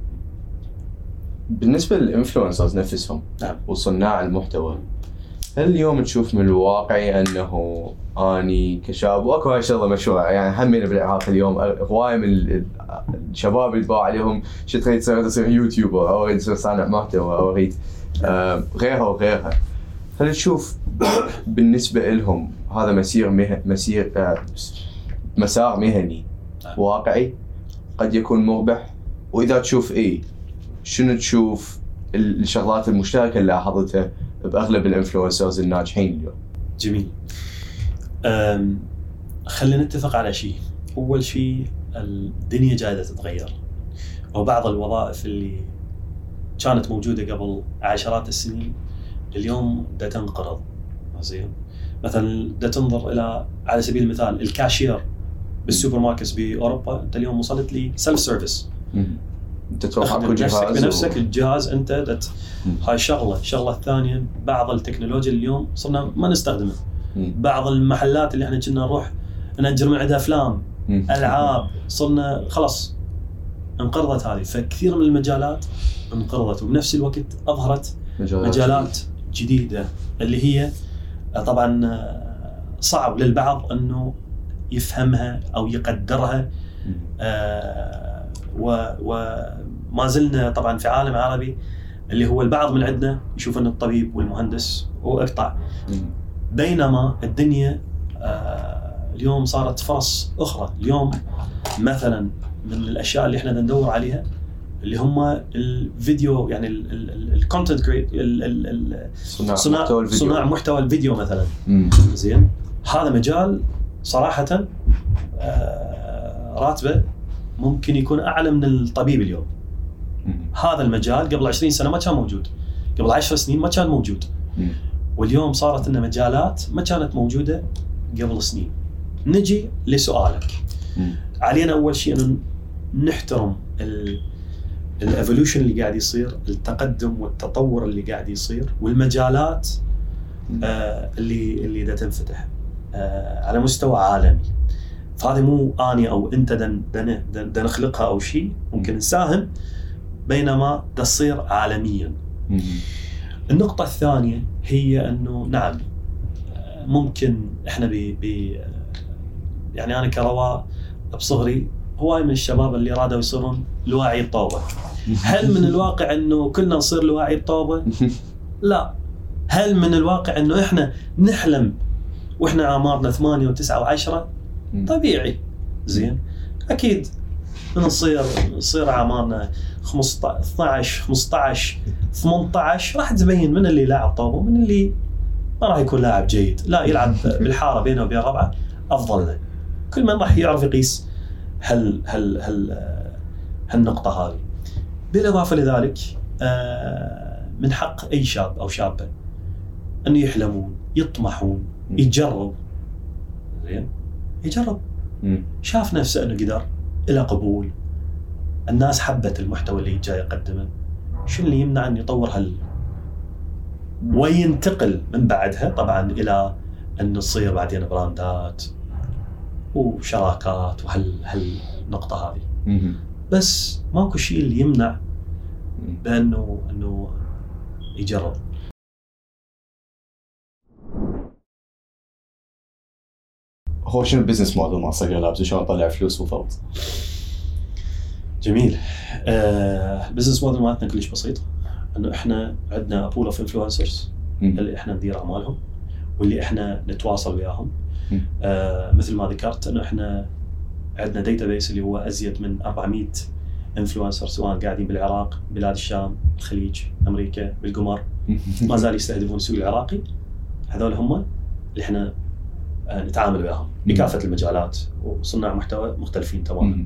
بالنسبه للانفلونسرز نفسهم، نعم، وصناع المحتوى، هل اليوم تشوف من الواقعي انه اني كشاب، واكو هاي الشغله مشهوره يعني همين بالعراق اليوم هواي من الشباب اللي تباع عليهم شو تريد تصير تصير يوتيوبر او اريد تصير صانع محتوى او اريد آه غيرها وغيرها. هل تشوف بالنسبة لهم هذا مسير مه... مسير آه... مسار مهني واقعي قد يكون مربح؟ وإذا تشوف إيه، شنو تشوف الشغلات المشتركة اللي لاحظتها بأغلب الانفلونسرز الناجحين اليوم؟ جميل. أم... خلينا نتفق على شيء. أول شيء الدنيا جاية تتغير، وبعض الوظائف اللي كانت موجودة قبل عشرات السنين اليوم دا تنقرض. زين مثلا دا تنظر إلى على سبيل المثال الكاشير بالسوبر ماركت بأوروبا، أنت اليوم وصلت لي سيلف سيرفيس، أنت تروح أكو جهاز بنفسك و... الجهاز أنت دت. هاي شغلة. الشغلة الثانية بعض التكنولوجيا اليوم صرنا ما نستخدمها. مم. بعض المحلات اللي احنا كنا نروح نأجر من عندها أفلام مم. ألعاب صرنا خلاص انقرضت هذه. فكثير من المجالات انقرضت، وبنفس الوقت أظهرت مجالات, مجالات جديدة اللي هي طبعا صعب للبعض أنه يفهمها أو يقدرها. آه وما زلنا طبعا في عالم عربي اللي هو البعض من عندنا يشوف أن الطبيب والمهندس هو إقطاع، بينما الدنيا آه اليوم صارت فرص أخرى. اليوم مثلا من الأشياء اللي احنا ندور عليها اللي هم الفيديو، يعني الكونتنت كريت، صناع محتوى الفيديو، صناع محتوى الفيديو مثلا. زين هذا مجال صراحة آه راتبه ممكن يكون أعلى من الطبيب اليوم. مم. هذا المجال قبل عشرين سنة ما كان موجود، قبل عشر سنين ما كان موجود. مم. واليوم صارت لنا مجالات ما كانت موجودة قبل سنين. نجي لسؤالك. مم. علينا أول شيء أن نحترم الإيفولوشن اللي قاعد يصير، التقدم والتطور اللي قاعد يصير، والمجالات آه اللي اللي دا تنفتح آه على مستوى عالمي. فهذه مو أنا أو أنت دن دن دن دن نخلقها أو شيء، ممكن نساهم، بينما تصير عالميا. النقطة الثانية هي أنه نعم ممكن إحنا بي بي يعني أنا كرواء بصغري هواي من الشباب اللي رادوا يصيرون لواعي الطوبة. هل من الواقع أنه كلنا نصير لواعي الطوبة؟ لا. هل من الواقع أنه إحنا نحلم وإحنا عمرنا ثمانية وتسعة وعشرة؟ طبيعي. زين أكيد من نصير نصير عمرنا خمسة عشر خمسة عشر ثمانية عشر راح تبين من اللي لاعب طوبة ومن اللي ما راح يكون لاعب جيد، لا يلعب بالحارة بينه وبين ربعه أفضل له. كل من راح يعرف يقيس هل هل هل هالنقطة هذه. بالإضافة لذلك من حق أي شاب أو شابة أن يحلمون، يطمحون، يجرب. زين يجرب. مم. شاف نفسه أنه قدر، إلى قبول، الناس حبت المحتوى اللي جاي يقدمه، شو اللي يمنع أن يطور هال وينتقل من بعدها طبعا إلى أن تصير بعدين براندات وشراكات وهال هالنقطة هذه. مم. بس ماكو شيء اللي يمنع بأنه أنه يجرب. هو شنو البزنس موديل مع صقر لابز وشلون نطلع فلوس وفوز؟ جميل. آه البزنس موديل مالتنا كلش بسيط، انه احنا عندنا بول اوف انفلونسرز اللي احنا ندير اعمالهم واللي احنا نتواصل وياهم. آه مثل ما ذكرت انه احنا عندنا داتابيس اللي هو ازيد من أربعمية انفلونسر، سواء قاعدين بالعراق، بلاد الشام، الخليج، امريكا، بالقمر، ما زال يستهدفون السوق العراقي. هذول هم اللي احنا نتعامل وياهم بكافة المجالات وصناع محتوى مختلفين تماما.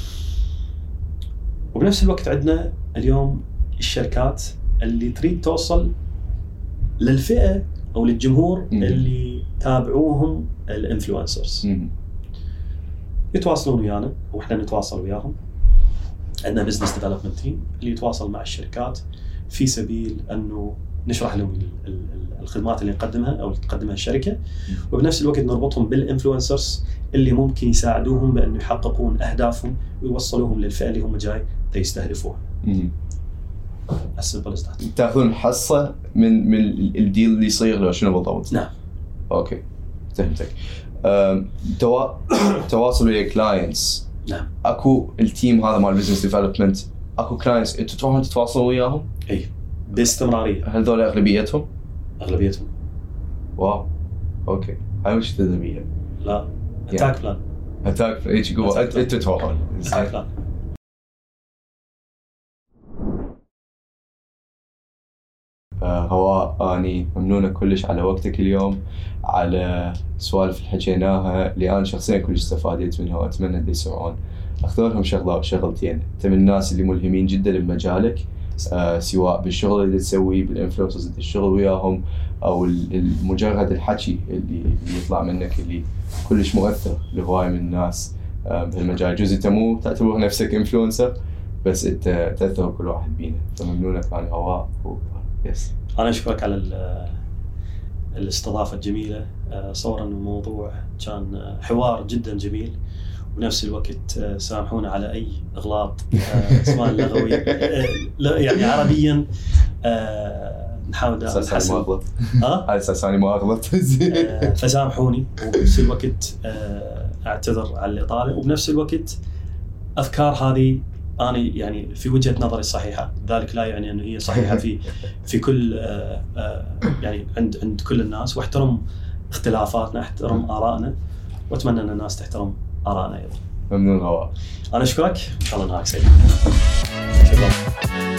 وبنفس الوقت عندنا اليوم الشركات اللي تريد توصل للفئة أو للجمهور اللي تابعوهم الانفلونسرز، يتواصلون ويانا وإحنا نتواصل وياهم. عندنا بزنس ديفلوبمنت تيم اللي يتواصل مع الشركات في سبيل أنه نشرح لهم الخدمات اللي نقدمها أو تقدمها الشركة، وبنفس الوقت نربطهم بالإنفلونسرز اللي ممكن يساعدوهم بأنه يحققون أهدافهم ويوصلوهم للفئة اللي هم جاي يستهدفوها. السمبل از ذات. تاخذون حصة من من الديل اللي يصير لو شنو بالضبط؟ نعم. أوكي فهمتك. توا... تواصل ويا كلاينتس. نعم. أكو التيم هذا مال بزنس ديفلوبمنت، أكو كلاينتس أنتوا تروحون تتواصلوا وياهم؟ أي باستمرارية. هل ذول أغلبيتهم؟ أغلبيتهم. واو. أوكي. هاي وش تدريبية؟ لا. أتاك بلان. أتاك بلان. إيش جوا؟ أنتوا تروحون. أتاك بلان. هواء أني ممنونة كلش على وقتك اليوم، على سوالف اللي حكيناها اللي أنا شخصيا كلش استفادت منها، وأتمنى أن يسمعون. اختارهم شغله شغلتين. انت من الناس اللي ملهمين جدا بمجالك، آه سواء بالشغل اللي تسويه، بالانفلونسرز اللي تشتغل وياهم، او المجرد الحكي اللي, اللي يطلع منك اللي كلش مؤثر لهواية من الناس آه بهالمجال. جزء انت مو تعتبر نفسك انفلونسر، بس انت تاثر كل واحد بينا. فممنونك عن هواء و... يس. انا اشكرك على الاستضافه الجميله. صورا الموضوع كان حوار جدا جميل، ونفس الوقت سامحونا على اي اغلاط سواء لغوي يعني عربيا نحاول نحسن. اه ها على اساس اني ما اغلط فسامحوني، وبنفس الوقت اعتذر على الاطاله، وبنفس الوقت افكار هذه أنا يعني في وجهة نظري الصحيحة، ذلك لا يعني أنه هي صحيحة في في كل آآ آآ يعني عند عند كل الناس، واحترم اختلافاتنا، احترم آرائنا، وأتمنى أن الناس تحترم آرائنا أيضا. ممنون هواء. أنا أشكرك، إن شاء الله نهارك سعيد. شكرا.